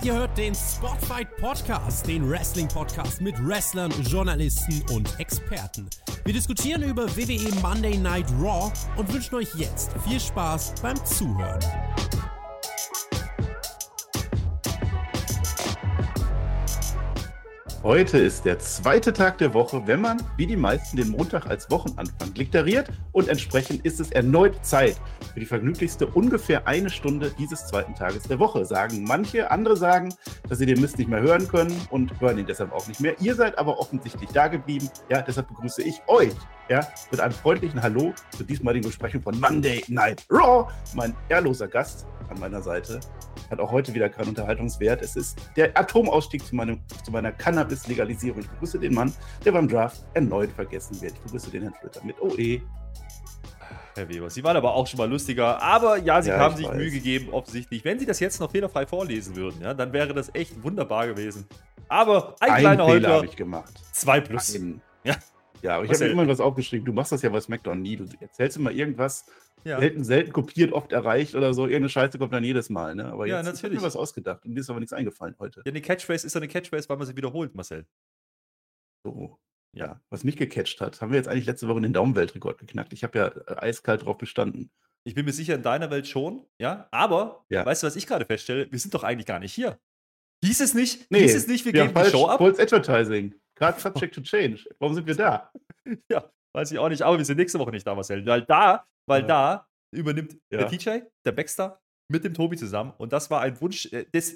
Ihr hört den Spotfight Podcast, den Wrestling-Podcast mit Wrestlern, Journalisten und Experten. Wir diskutieren über WWE Monday Night Raw und wünschen euch jetzt viel Spaß beim Zuhören. Heute ist der zweite Tag der Woche, wenn man, wie die meisten, den Montag als Wochenanfang deklariert, und entsprechend ist es erneut Zeit für die vergnüglichste ungefähr eine Stunde dieses zweiten Tages der Woche, sagen manche. Andere sagen, dass sie den Mist nicht mehr hören können und hören ihn deshalb auch nicht mehr. Ihr seid aber offensichtlich da geblieben. Ja, deshalb begrüße ich euch, ja, mit einem freundlichen Hallo zu diesmaligen Besprechung von Monday Night Raw. Mein ehrloser Gast an meiner Seite hat auch heute wieder keinen Unterhaltungswert. Es ist der Atomausstieg zu meiner Cannabis-Legalisierung. Ich begrüße den Mann, der beim Draft erneut vergessen wird. Ich begrüße den Herrn Flöter mit OE. Herr Weber, Sie waren aber auch schon mal lustiger. Aber ja, Sie haben sich weiß. Mühe gegeben, offensichtlich. Wenn Sie das jetzt noch fehlerfrei vorlesen würden, ja, dann wäre das echt wunderbar gewesen. Aber ein kleiner Fehler Holter, habe ich gemacht. 2+. Ein. Ja. Ja, aber ich Was habe mir denn? immer was aufgeschrieben. Du machst das ja bei SmackDown nie. Du erzählst immer irgendwas, Ja. selten kopiert, oft erreicht oder so. Irgendeine Scheiße kommt dann jedes Mal. Ne? Aber Ja, jetzt habe ich natürlich. mir was ausgedacht und mir ist aber nichts eingefallen heute. Ja, eine Catchphrase ist eine Catchphrase, weil man sie wiederholt, Marcel. So. Ja, was mich gecatcht hat, haben wir jetzt eigentlich letzte Woche den Daumenweltrekord geknackt. Ich habe ja eiskalt drauf bestanden. Ich bin mir sicher, in deiner Welt schon, ja. Aber, Ja. weißt du, was ich gerade feststelle? Wir sind doch eigentlich gar nicht hier. Hieß es nicht, Nee, wir geben die Show ab? False Advertising. Card subject to change. Warum sind wir da? Ja, weiß ich auch nicht. Aber wir sind nächste Woche nicht da, Marcel. Weil da übernimmt der TJ, der Baxter, mit dem Tobi zusammen. Und das war ein Wunsch eines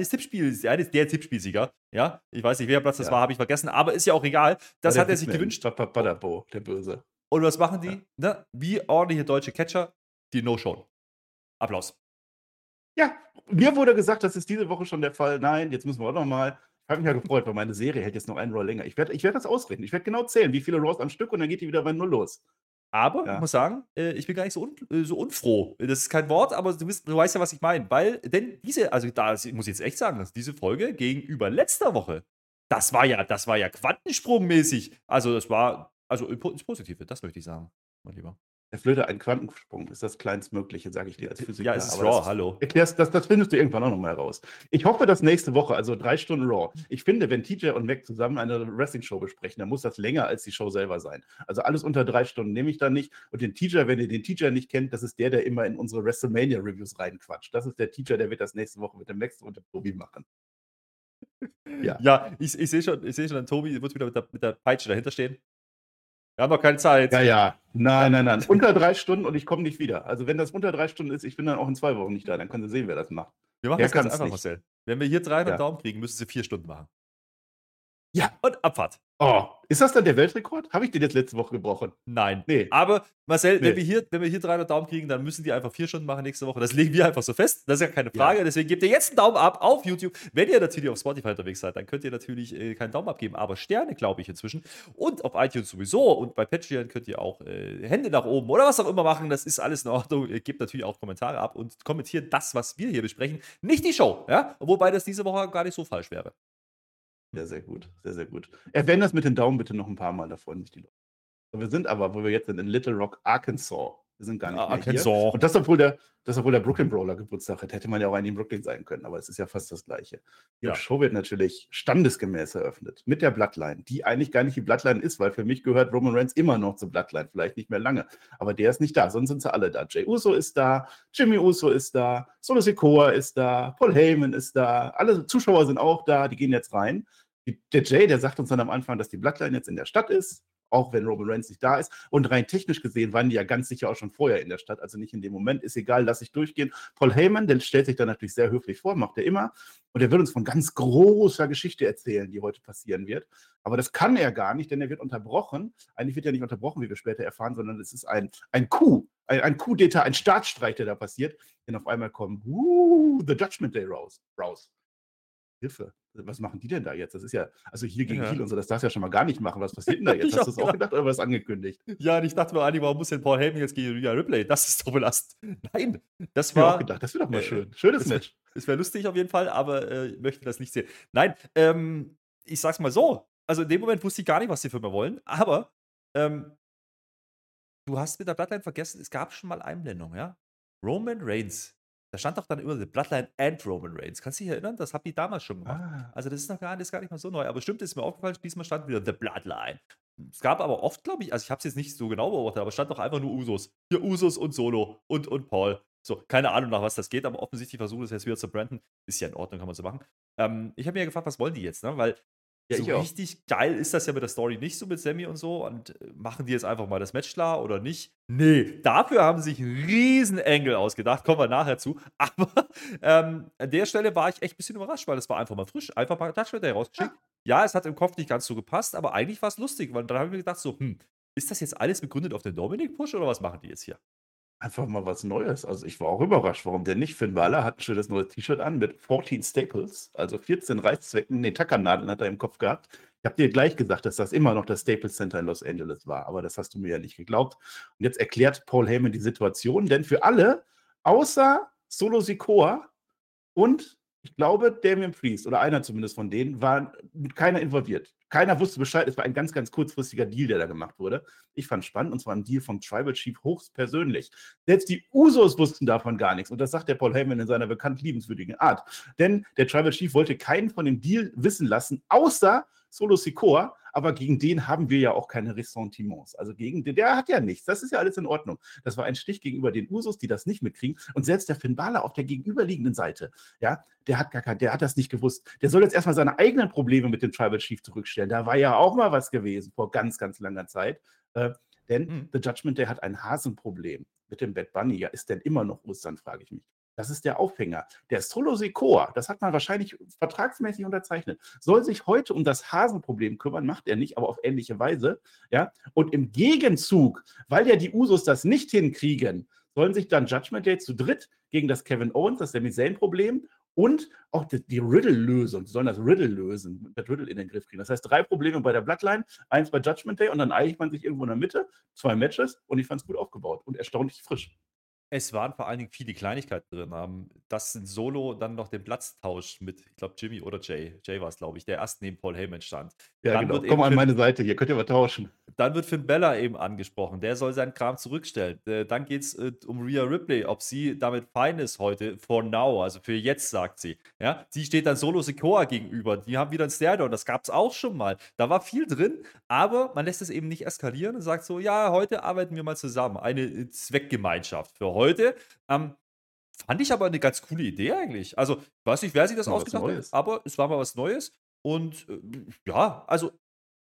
der Tippspielsieger. Ja, ich weiß nicht, welcher Platz das war, habe ich vergessen. Aber ist ja auch egal. Das hat er sich gewünscht. Badabo, der Böse. Und was machen die? Ja. Ne? Wie ordentliche deutsche Catcher, die No-Show. Applaus. Ja, mir wurde gesagt, das ist diese Woche schon der Fall. Nein, jetzt müssen wir auch noch mal. Ich habe mich ja gefreut, weil meine Serie hält jetzt noch einen Raw länger. Ich werd das ausrechnen. Ich werde genau zählen, wie viele Raws am Stück, und dann geht die wieder bei 0 los. Aber Ja. ich muss sagen, ich bin gar nicht so unfroh. Das ist kein Wort, aber du weißt ja, was ich meine. Denn ich muss jetzt echt sagen, dass diese Folge gegenüber letzter Woche, das war ja quantensprungmäßig. Also das war, ins Positive, das möchte ich sagen, mein Lieber. Der Flöter, ein Quantensprung ist das Kleinstmögliche, sage ich dir als Physiker. Ja, es ist Aber Raw, hallo. Das findest du irgendwann auch noch mal raus. Ich hoffe, dass nächste Woche, also 3 Stunden Raw. Ich finde, wenn TJ und Mac zusammen eine Wrestling-Show besprechen, dann muss das länger als die Show selber sein. Also alles unter 3 Stunden nehme ich dann nicht. Und den TJ, wenn ihr den TJ nicht kennt, das ist der immer in unsere WrestleMania-Reviews reinquatscht. Das ist der TJ, der wird das nächste Woche mit dem Max und dem Tobi machen. Ja, ich sehe schon, Tobi wird wieder mit der Peitsche dahinter stehen. Wir haben noch keine Zeit. Ja. Nein. Unter 3 Stunden und ich komme nicht wieder. Also wenn das unter 3 Stunden ist, ich bin dann auch in 2 Wochen nicht da. Dann können Sie sehen, wer das macht. Wir machen Der das ganz kann's einfach, nicht. Marcel. Wenn wir hier 300 Ja. Daumen kriegen, müssen sie 4 Stunden machen. Ja. Und Abfahrt. Oh, ist das dann der Weltrekord? Habe ich den jetzt letzte Woche gebrochen? Nein. Nee. Aber Marcel, Nee. wenn wir hier 300 Daumen kriegen, dann müssen die einfach 4 Stunden machen nächste Woche. Das legen wir einfach so fest. Das ist ja keine Frage. Ja. Deswegen gebt ihr jetzt einen Daumen ab auf YouTube. Wenn ihr natürlich auf Spotify unterwegs seid, dann könnt ihr natürlich keinen Daumen abgeben. Aber Sterne, glaube ich, inzwischen. Und auf iTunes sowieso. Und bei Patreon könnt ihr auch Hände nach oben oder was auch immer machen. Das ist alles in Ordnung. Ihr gebt natürlich auch Kommentare ab und kommentiert das, was wir hier besprechen. Nicht die Show. Ja? Wobei das diese Woche gar nicht so falsch wäre. Sehr gut. Erwähnen das mit den Daumen bitte noch ein paar Mal, da freuen sich die Leute. Wir sind aber, wo wir jetzt sind, in Little Rock, Arkansas. Wir sind gar nicht mehr Arkansas. hier. Und das, obwohl der Brooklyn Brawler Geburtstag hat, hätte man ja auch eigentlich in Brooklyn sein können, aber es ist ja fast das Gleiche. Die Ja. Show wird natürlich standesgemäß eröffnet mit der Bloodline, die eigentlich gar nicht die Bloodline ist, weil für mich gehört Roman Reigns immer noch zur Bloodline, vielleicht nicht mehr lange, aber der ist nicht da, sonst sind sie alle da. Jey Uso ist da, Jimmy Uso ist da, Solo Sikoa ist da, Paul Heyman ist da, alle Zuschauer sind auch da, die gehen jetzt rein. Der Jay, der sagt uns dann am Anfang, dass die Bloodline jetzt in der Stadt ist, auch wenn Roman Reigns nicht da ist. Und rein technisch gesehen waren die ja ganz sicher auch schon vorher in der Stadt, also nicht in dem Moment. Ist egal, lass ich durchgehen. Paul Heyman, der stellt sich dann natürlich sehr höflich vor, macht er immer. Und er wird uns von ganz großer Geschichte erzählen, die heute passieren wird. Aber das kann er gar nicht, denn er wird unterbrochen. Eigentlich wird er nicht unterbrochen, wie wir später erfahren, sondern es ist ein Coup. Ein Coup d'etat, ein Staatsstreich, der da passiert. Denn auf einmal kommen, the Judgment Day raus. Hilfe. Was machen die denn da jetzt? Das ist ja, also hier gegen Kiel und so, das darfst du ja schon mal gar nicht machen. Was passiert denn da jetzt? Ich Hast du es auch auch gedacht oder was angekündigt? Ja, und ich dachte mir, Adi, warum muss denn Paul Heyman jetzt gegen Rhea Ripley? Das ist doch belastend. Nein, das Ich habe war. auch gedacht, das wird doch mal schön. Schönes Match. Es wäre lustig auf jeden Fall, aber ich möchte das nicht sehen. Nein, ich sag's mal so. Also in dem Moment wusste ich gar nicht, was die Firma wollen, aber du hast mit der Bloodline vergessen, es gab schon mal Einblendung, ja? Roman Reigns, da stand doch dann immer The Bloodline and Roman Reigns. Kannst du dich erinnern? Das haben die damals schon gemacht. Ah. Also, das ist gar nicht mal so neu. Aber stimmt, ist mir aufgefallen, diesmal stand wieder The Bloodline. Es gab aber oft, glaube ich, also ich habe es jetzt nicht so genau beobachtet, aber es stand doch einfach nur Usos. Hier Usos und Solo und Paul. So, keine Ahnung, nach was das geht, aber offensichtlich versuchen das jetzt wieder zu branden. Ist ja in Ordnung, kann man so machen. Ich habe mir ja gefragt, was wollen die jetzt, ne? Weil Ja, so ich auch. richtig geil ist das ja mit der Story nicht so mit Sammy und so. Und machen die jetzt einfach mal das Match klar oder nicht? Nee, dafür haben sie sich einen riesen Engel ausgedacht. Kommen wir nachher zu. Aber an der Stelle war ich echt ein bisschen überrascht, weil das war einfach mal frisch. Einfach mal Touchdown rausgeschickt. Ja. Ja, es hat im Kopf nicht ganz so gepasst, aber eigentlich war es lustig, weil dann habe ich mir gedacht, so, ist das jetzt alles begründet auf den Dominik-Push oder was machen die jetzt hier? Einfach mal was Neues. Also, ich war auch überrascht, warum denn nicht? Finn Balor hat 'n schönes neues T-Shirt an mit 14 Staples, also 14 Reißzwecken, ne, Tackernadeln hat er im Kopf gehabt. Ich habe dir gleich gesagt, dass das immer noch das Staples Center in Los Angeles war, aber das hast du mir ja nicht geglaubt. Und jetzt erklärt Paul Heyman die Situation, denn für alle außer Solo Sikoa und ich glaube, Damian Priest oder einer zumindest von denen war mit keiner involviert. Keiner wusste Bescheid. Es war ein ganz, ganz kurzfristiger Deal, der da gemacht wurde. Ich fand es spannend und zwar ein Deal vom Tribal Chief höchstpersönlich. Selbst die Usos wussten davon gar nichts und das sagt der Paul Heyman in seiner bekannt liebenswürdigen Art. Denn der Tribal Chief wollte keinen von dem Deal wissen lassen, außer Solo Sikoa, aber gegen den haben wir ja auch keine Ressentiments. Also gegen den, der hat ja nichts. Das ist ja alles in Ordnung. Das war ein Stich gegenüber den Usos, die das nicht mitkriegen. Und selbst der Finn Balor auf der gegenüberliegenden Seite, ja, der hat das nicht gewusst. Der soll jetzt erstmal seine eigenen Probleme mit dem Tribal Chief zurückstellen. Da war ja auch mal was gewesen vor ganz, ganz langer Zeit. Denn Hm. The Judgment Day hat ein Hasenproblem mit dem Bad Bunny. Ja, ist denn immer noch Ostern, frage ich mich. Das ist der Aufhänger. Der Solo Sikoa, das hat man wahrscheinlich vertragsmäßig unterzeichnet, soll sich heute um das Hasenproblem kümmern, macht er nicht, aber auf ähnliche Weise. Ja? Und im Gegenzug, weil ja die Usos das nicht hinkriegen, sollen sich dann Judgment Day zu dritt gegen das Kevin Owens, das Sami Zayn-Problem und auch die Riddle-Lösung, die sollen das Riddle lösen, das Riddle in den Griff kriegen. Das heißt, 3 Probleme bei der Bloodline, 1 bei Judgment Day und dann einigt man sich irgendwo in der Mitte, 2 Matches und ich fand es gut aufgebaut und erstaunlich frisch. Es waren vor allen Dingen viele Kleinigkeiten drin. Dass in Solo dann noch den Platz tauscht mit, ich glaube, Jimmy oder Jay. Jay war es, glaube ich, der erst neben Paul Heyman stand. Ja, Dann genau. wird Komm eben an Finn, meine Seite, hier könnt ihr mal tauschen. dann wird Finn Bella eben angesprochen. Der soll seinen Kram zurückstellen. Dann geht es um Rhea Ripley, ob sie damit fein ist heute, for now, also für jetzt, sagt sie. Ja, sie steht dann Solo Sikoa gegenüber. Die haben wieder ein Stairdown. Das gab es auch schon mal. Da war viel drin, aber man lässt es eben nicht eskalieren und sagt so: Ja, heute arbeiten wir mal zusammen. Eine Zweckgemeinschaft für heute. Fand ich aber eine ganz coole Idee eigentlich. Also, ich weiß nicht, wer sich das Mal was ausgedacht hat, Neues. aber es war mal was Neues. Und ja, also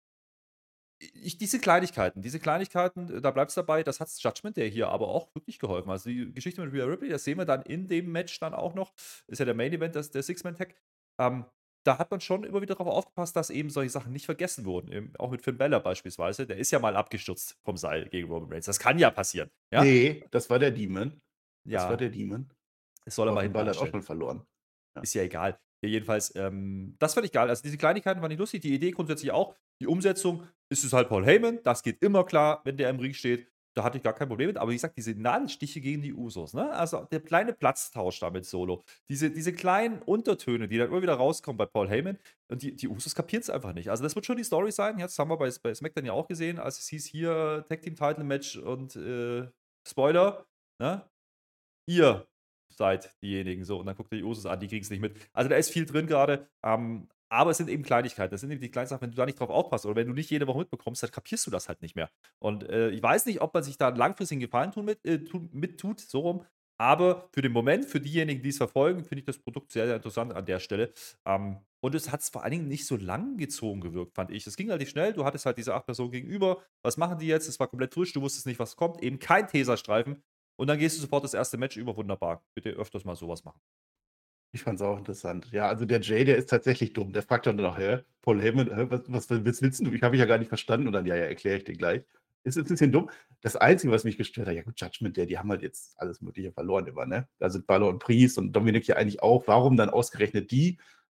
diese Kleinigkeiten, da bleibt es dabei, das hat Judgment Day hier aber auch wirklich geholfen. Also die Geschichte mit Rhea Ripley, das sehen wir dann in dem Match dann auch noch. Ist ja der Main Event, der Six-Man-Tag. Ähm, Da hat man schon immer wieder darauf aufgepasst, dass eben solche Sachen nicht vergessen wurden. Eben auch mit Finn Balor beispielsweise. Der ist ja mal abgestürzt vom Seil gegen Roman Reigns. Das kann ja passieren. Ja, Nee, das war der Demon. Das war ja, der Demon. es soll er Aber mal Finn hinten Balor hat auch anstellen. schon verloren. Ja. Ist ja egal. Ja, jedenfalls, das fand ich geil. Also diese Kleinigkeiten fand ich lustig. Die Idee grundsätzlich auch. Die Umsetzung ist es halt Paul Heyman. Das geht immer klar, wenn der im Ring steht. Da hatte ich gar kein Problem mit. Aber wie gesagt, diese Nadelstiche gegen die Usos, ne? Also der kleine Platztausch da mit Solo. Diese kleinen Untertöne, die dann immer wieder rauskommen bei Paul Heyman. Und die Usos kapieren es einfach nicht. Also das wird schon die Story sein. Ja, das haben wir bei SmackDown ja auch gesehen, als es hieß hier Tag Team Title Match und Spoiler, ne? Ihr seid diejenigen, so. Und dann guckt ihr die Usos an, die kriegen es nicht mit. Also da ist viel drin gerade, aber es sind eben Kleinigkeiten. Das sind eben die kleinen Sachen, wenn du da nicht drauf aufpasst oder wenn du nicht jede Woche mitbekommst, dann kapierst du das halt nicht mehr. Und ich weiß nicht, ob man sich da einen langfristigen Gefallen mittut, so rum. Aber für den Moment, für diejenigen, die es verfolgen, finde ich das Produkt sehr, sehr interessant an der Stelle. Und es hat vor allen Dingen nicht so lang gezogen gewirkt, fand ich. Es ging halt nicht schnell. Du hattest halt diese 8 Personen gegenüber. Was machen die jetzt? Es war komplett frisch. Du wusstest nicht, was kommt. Eben kein Teserstreifen. Und dann gehst du sofort das erste Match über. Wunderbar. Bitte öfters mal sowas machen. Ich fand es auch interessant. Ja, also der Jay, der ist tatsächlich dumm. Der fragt dann noch, hä, Paul Heyman, was willst du? Ich habe ich ja gar nicht verstanden. Und dann, ja, erkläre ich dir gleich. Ist ein bisschen dumm. Das Einzige, was mich gestört hat, ja gut, Judgment Day, die haben halt jetzt alles Mögliche verloren immer, ne? Da sind Balor und Priest und Dominik ja eigentlich auch. Warum dann ausgerechnet die?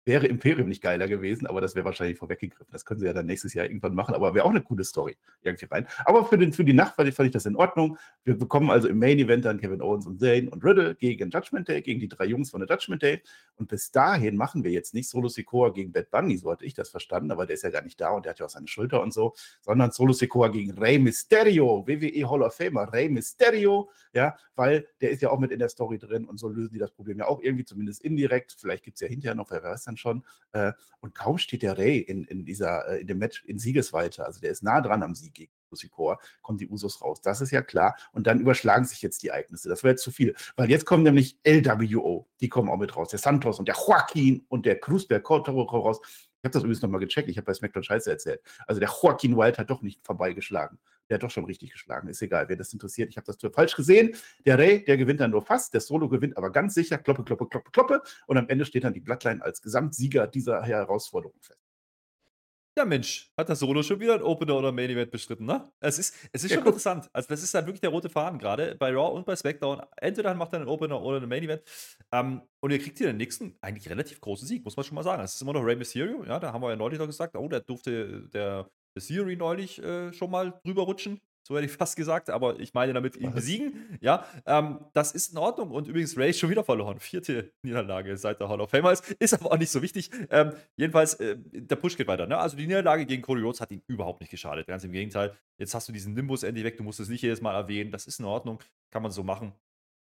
Wäre Imperium nicht geiler gewesen, aber das wäre wahrscheinlich vorweggegriffen. Das können sie ja dann nächstes Jahr irgendwann machen, aber wäre auch eine coole Story irgendwie rein. Aber für die Nacht fand ich das in Ordnung. Wir bekommen also im Main Event dann Kevin Owens und Zayn und Riddle gegen Judgment Day, gegen die 3 Jungs von der Judgment Day. Und bis dahin machen wir jetzt nicht Solo Sikoa gegen Bad Bunny, so hatte ich das verstanden, aber der ist ja gar nicht da und der hat ja auch seine Schulter und so, sondern Solo Sikoa gegen Rey Mysterio, WWE Hall of Famer Rey Mysterio, ja, weil der ist ja auch mit in der Story drin und so lösen die das Problem ja auch irgendwie, zumindest indirekt. Vielleicht gibt es ja hinterher noch, wer weiß dann schon. Und kaum steht der Rey in dem Match in Siegesweite, also der ist nah dran am Sieg gegen Sikoa, kommen die Usos raus. Das ist ja klar. Und dann überschlagen sich jetzt die Ereignisse. Das wäre jetzt zu viel. Weil jetzt kommen nämlich LWO, die kommen auch mit raus. Der Santos und der Joaquin und der Cruz del Cotaro kommen raus. Ich habe das übrigens nochmal gecheckt. Ich habe bei SmackDown Scheiße erzählt. Also der Joaquin Wild hat doch nicht vorbeigeschlagen. Der hat doch schon richtig geschlagen. Ist egal, wer das interessiert. Ich habe das falsch gesehen. Der Rey, der gewinnt dann nur fast. Der Solo gewinnt aber ganz sicher. Kloppe, kloppe, kloppe, kloppe. Und am Ende steht dann die Bloodline als Gesamtsieger dieser Herausforderung fest. Ja, Mensch, hat der Solo schon wieder ein Opener oder Main Event bestritten, ne? Es ist Ja, schon guck. interessant. Also, das ist halt wirklich der rote Faden gerade bei Raw und bei SmackDown. Entweder macht er einen Opener oder einen Main Event. Und ihr kriegt hier den nächsten, eigentlich relativ großen Sieg, muss man schon mal sagen. Es ist immer noch Rey Mysterio, ja, da haben wir ja neulich noch gesagt, oh, da durfte der Theory neulich schon mal drüber rutschen. So hätte ich fast gesagt, aber ich meine damit ihn Was? besiegen. Ja, das ist in Ordnung. Und übrigens, Ray ist schon wieder verloren. 4. Niederlage seit der Hall of Fame ist aber auch nicht so wichtig. Jedenfalls, der Push geht weiter. Ne? Also die Niederlage gegen Cody Rhodes hat ihm überhaupt nicht geschadet. Ganz im Gegenteil. Jetzt hast du diesen Nimbus endlich weg. Du musst es nicht jedes Mal erwähnen. Das ist in Ordnung. Kann man so machen.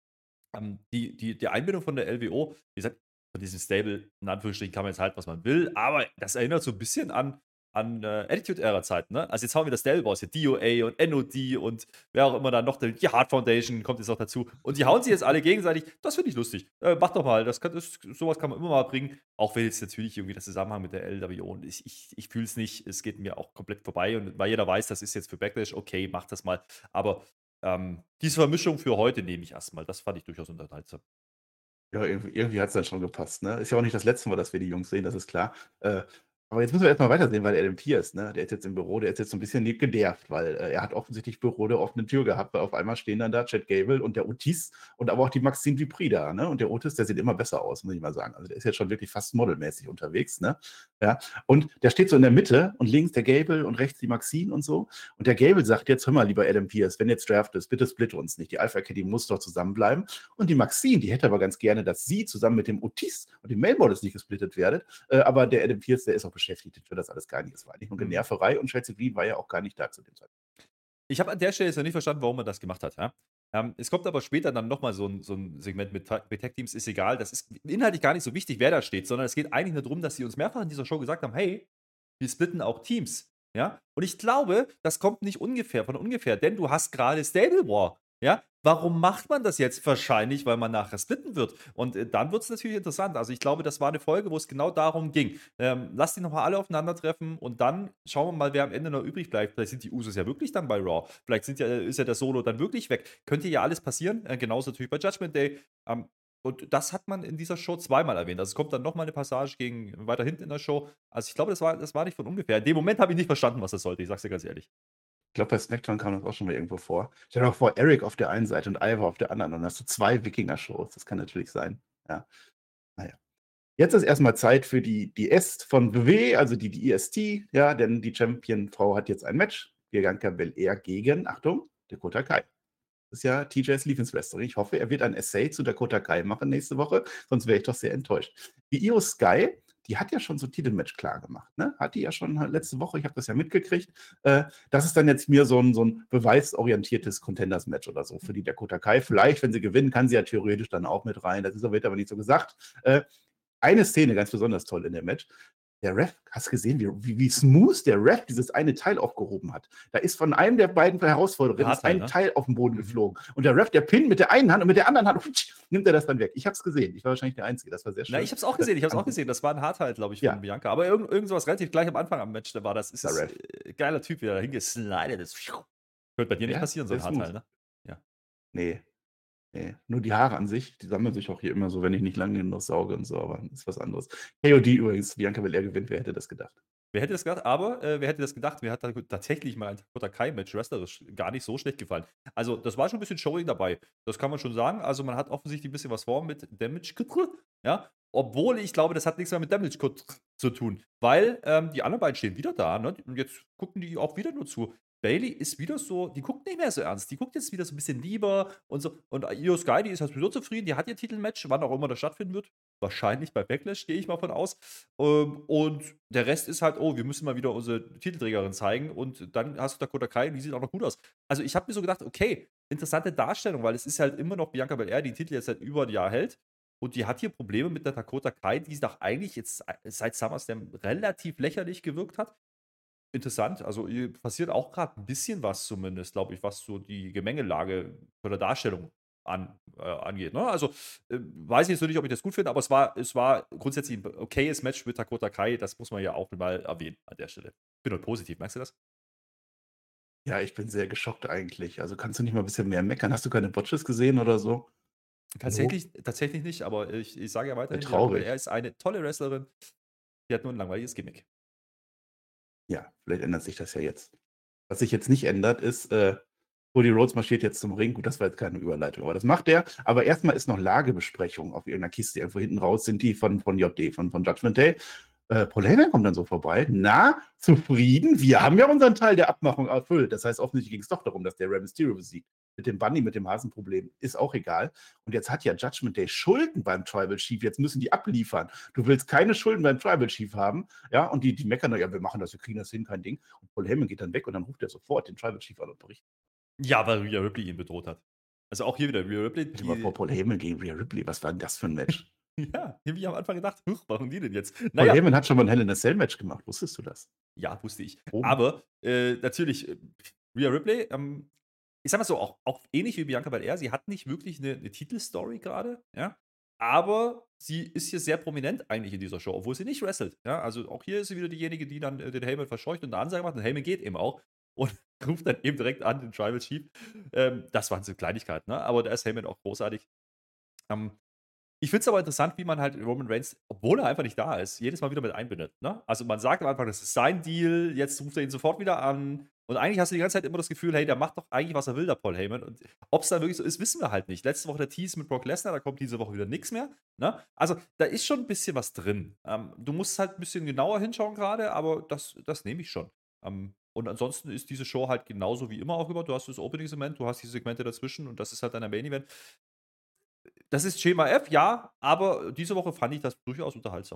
Die Einbindung von der LWO, wie gesagt, von diesem Stable, in Anführungsstrichen, kann man jetzt halten, was man will, aber das erinnert so ein bisschen an Attitude-Era-Zeiten, ne? Also jetzt haben wir das Stable raus, hier DOA und NOD und wer auch immer dann noch, die Hart Foundation kommt jetzt noch dazu. Und die hauen sich jetzt alle gegenseitig. Das finde ich lustig. Mach doch mal, sowas kann man immer mal bringen. Auch wenn jetzt natürlich irgendwie der Zusammenhang mit der LWO und ich fühle es nicht, es geht mir auch komplett vorbei und weil jeder weiß, das ist jetzt für Backlash, okay, mach das mal. Aber diese Vermischung für heute nehme ich erstmal. Das fand ich durchaus unterhaltsam. Ja, irgendwie hat es dann schon gepasst, ne? Ist ja auch nicht das letzte Mal, dass wir die Jungs sehen, das ist klar. Aber jetzt müssen wir erstmal weitersehen, weil Adam Pearce, ne, der ist jetzt im Büro, der ist jetzt so ein bisschen genervt, weil er hat offensichtlich Büro der offenen Tür gehabt, weil auf einmal stehen dann da Chad Gable und der Otis und aber auch die Maxine Dupri da, ne? Und der Otis, der sieht immer besser aus, muss ich mal sagen. Also der ist jetzt schon wirklich fast modelmäßig unterwegs, ne? Ja. Und der steht so in der Mitte und links der Gable und rechts die Maxine und so. Und der Gable sagt jetzt, hör mal, lieber Adam Pearce, wenn jetzt Draft ist, bitte split uns nicht. Die Alpha Academy muss doch zusammenbleiben. Und die Maxine, die hätte aber ganz gerne, dass sie zusammen mit dem Otis und dem Male Models nicht gesplittet werdet. Aber der Adam Pearce, der ist auch beschäftigt für das alles gar nicht. Es war eigentlich nur Generverei und Chelsea Green war ja auch gar nicht da zu dem Zeitpunkt. Ich habe an der Stelle jetzt noch nicht verstanden, warum man das gemacht hat. Ja? Es kommt aber später dann nochmal so ein Segment mit Tag-Teams, ist egal. Das ist inhaltlich gar nicht so wichtig, wer da steht, sondern es geht eigentlich nur darum, dass sie uns mehrfach in dieser Show gesagt haben, hey, wir splitten auch Teams. Ja? Und ich glaube, das kommt nicht von ungefähr, denn du hast gerade Stable War. Ja? Warum macht man das jetzt? Wahrscheinlich, weil man nachher splitten wird. Und dann wird es natürlich interessant. Also ich glaube, das war eine Folge, wo es genau darum ging. Lass die nochmal alle aufeinandertreffen und dann schauen wir mal, wer am Ende noch übrig bleibt. Vielleicht sind die Usos ja wirklich dann bei Raw. Vielleicht ist ja der Solo dann wirklich weg. Könnte ja alles passieren. Genauso natürlich bei Judgment Day. Und das hat man in dieser Show zweimal erwähnt. Also es kommt dann nochmal eine Passage weiter hinten in der Show. Also ich glaube, das war nicht von ungefähr. In dem Moment habe ich nicht verstanden, was das sollte. Ich sag's dir ganz ehrlich. Ich glaube, bei SmackDown kam das auch schon mal irgendwo vor. Stell dir doch vor, Eric auf der einen Seite und Ivar auf der anderen. Und dann hast du 2 Wikinger-Shows. Das kann natürlich sein. Ja. Naja. Jetzt ist erstmal Zeit für die Est von WWE, also die EST, ja, denn die Champion-Frau hat jetzt ein Match. Bianca Belair gegen, Achtung, Dakota Kai. Das ist ja TJs Lieblingswrestlerin. Ich hoffe, er wird ein Essay zu Dakota Kai machen nächste Woche, sonst wäre ich doch sehr enttäuscht. Die Io Sky, die hat ja schon so ein Titelmatch klar gemacht, ne? Hat die ja schon letzte Woche, ich habe das ja mitgekriegt. Das ist dann jetzt mir so ein beweisorientiertes Contenders-Match oder so für die Dakota Kai. Vielleicht, wenn sie gewinnen, kann sie ja theoretisch dann auch mit rein. Wird aber nicht so gesagt. Eine Szene ganz besonders toll in dem Match. Der Ref, hast du gesehen, wie smooth der Ref dieses eine Teil aufgehoben hat? Da ist von einem der beiden Herausforderungen Hardteil, ein ne? Teil auf den Boden geflogen. Und der Ref, der pinnt mit der einen Hand und mit der anderen Hand nimmt er das dann weg. Ich habe es gesehen. Ich war wahrscheinlich der Einzige. Das war sehr schön. Na, ich habe es auch gesehen. Das war ein Hardteil, glaube ich, von Ja. Bianca. Aber irgend sowas relativ gleich am Anfang am Match, da war das. Ist Der das Ref. geiler Typ, wie er da hingeslidet ist. Wird bei dir nicht Ja, passieren, so ein sehr Hardteil, smooth. ne? Ja. Nee, nee. Nur die Haare an sich, die sammeln sich auch hier immer so, wenn ich nicht lange genug sauge und so, aber ist was anderes. KOD übrigens, Bianca Belair gewinnt, wer hätte das gedacht? Wer hätte das gedacht? Aber wer hätte das gedacht? Mir hat da tatsächlich mal ein Dakota Kai-Match wrestlerisch gar nicht so schlecht gefallen. Also, das war schon ein bisschen Showing dabei. Das kann man schon sagen. Also, man hat offensichtlich ein bisschen was vor mit Damage Control, ja. Obwohl ich glaube, das hat nichts mehr mit Damage Control zu tun, weil die anderen beiden stehen wieder da, ne? Und jetzt gucken die auch wieder nur zu. Bailey ist wieder so, die guckt nicht mehr so ernst. Die guckt jetzt wieder so ein bisschen lieber und so. Und Io Sky, die ist halt sowieso zufrieden. Die hat ihr Titelmatch, wann auch immer das stattfinden wird. Wahrscheinlich bei Backlash, gehe ich mal von aus. Und der Rest ist halt, oh, wir müssen mal wieder unsere Titelträgerin zeigen. Und dann hast du Dakota Kai und die sieht auch noch gut aus. Also ich habe mir so gedacht, okay, interessante Darstellung, weil es ist halt immer noch Bianca Belair, die den Titel jetzt seit über ein Jahr hält. Und die hat hier Probleme mit der Dakota Kai, die doch eigentlich jetzt seit SummerSlam relativ lächerlich gewirkt hat. Interessant, also hier passiert auch gerade ein bisschen was zumindest, glaube ich, was so die Gemengelage von der Darstellung angeht, ne? Also, weiß ich jetzt noch nicht, ob ich das gut finde, aber es war grundsätzlich ein okayes Match mit Dakota Kai, das muss man ja auch mal erwähnen an der Stelle. Bin heute positiv, merkst du das? Ja, ich bin sehr geschockt eigentlich. Also, kannst du nicht mal ein bisschen mehr meckern? Hast du keine Botches gesehen oder so? Hallo? Tatsächlich nicht, aber ich sage ja Wäre weiterhin, Bianca Belair traurig. ist eine tolle Wrestlerin, die hat nur ein langweiliges Gimmick. Ja, vielleicht ändert sich das ja jetzt. Was sich jetzt nicht ändert, ist, Cody Rhodes marschiert jetzt zum Ring. Gut, das war jetzt keine Überleitung, aber das macht er. Aber erstmal ist noch Lagebesprechung auf irgendeiner Kiste. Irgendwo hinten raus sind die von JD, von Judgment Day. Paul Heyman kommt dann so vorbei. Na, zufrieden? Wir haben ja unseren Teil der Abmachung erfüllt. Das heißt, offensichtlich ging es doch darum, dass der Rey Mysterio besiegt. Mit dem Bunny, mit dem Hasenproblem, ist auch egal. Und jetzt hat ja Judgment Day Schulden beim Tribal Chief. Jetzt müssen die abliefern. Du willst keine Schulden beim Tribal Chief haben. Ja, und die meckern, ja, wir machen das, wir kriegen das hin, kein Ding. Und Paul Heyman geht dann weg und dann ruft er sofort den Tribal Chief an und berichtet. Ja, weil Rhea Ripley ihn bedroht hat. Also auch hier wieder Rhea Ripley, Stell dir mal vor, die Paul Heyman gegen Rhea Ripley. Was war denn das für ein Match? ja, habe ich am Anfang gedacht: „Huch, warum die denn jetzt?“ Paul Naja, Heyman hat schon mal ein Hell in a Cell Match gemacht. Wusstest du das? ja, wusste ich. Oben. Aber, natürlich, Rhea Ripley, ich sage mal so, auch ähnlich wie Bianca Belair, sie hat nicht wirklich eine Titelstory gerade, ja, aber sie ist hier sehr prominent eigentlich in dieser Show, obwohl sie nicht wrestelt, ja? Also, auch hier ist sie wieder diejenige, die dann, den Heyman verscheucht und 'ne Ansage macht und Heyman geht eben auch und ruft dann eben direkt an, den Tribal Chief. Das waren so Kleinigkeiten, ne? Aber da ist Heyman auch großartig. Ähm, Ich finde es aber interessant, wie man halt Roman Reigns, obwohl er einfach nicht da ist, jedes Mal wieder mit einbindet, ne? Also, man sagt am Anfang, das ist sein Deal, jetzt ruft er ihn sofort wieder an und eigentlich hast du die ganze Zeit immer das Gefühl: „Hey, der macht doch eigentlich, was er will, der Paul Heyman.“ Und ob es dann wirklich so ist, wissen wir halt nicht. Letzte Woche der Tease mit Brock Lesnar, da kommt diese Woche wieder nix mehr, ne? Also, da ist schon ein bisschen was drin. Du musst halt ein bisschen genauer hinschauen gerade, aber das nehme ich schon. Und ansonsten ist diese Show halt genauso wie immer aufgebaut. Du hast das Opening-Segment, du hast die Segmente dazwischen und das ist halt dann der Main Event. Das ist Schema F, ja, aber diese Woche fand ich das durchaus unterhaltsam.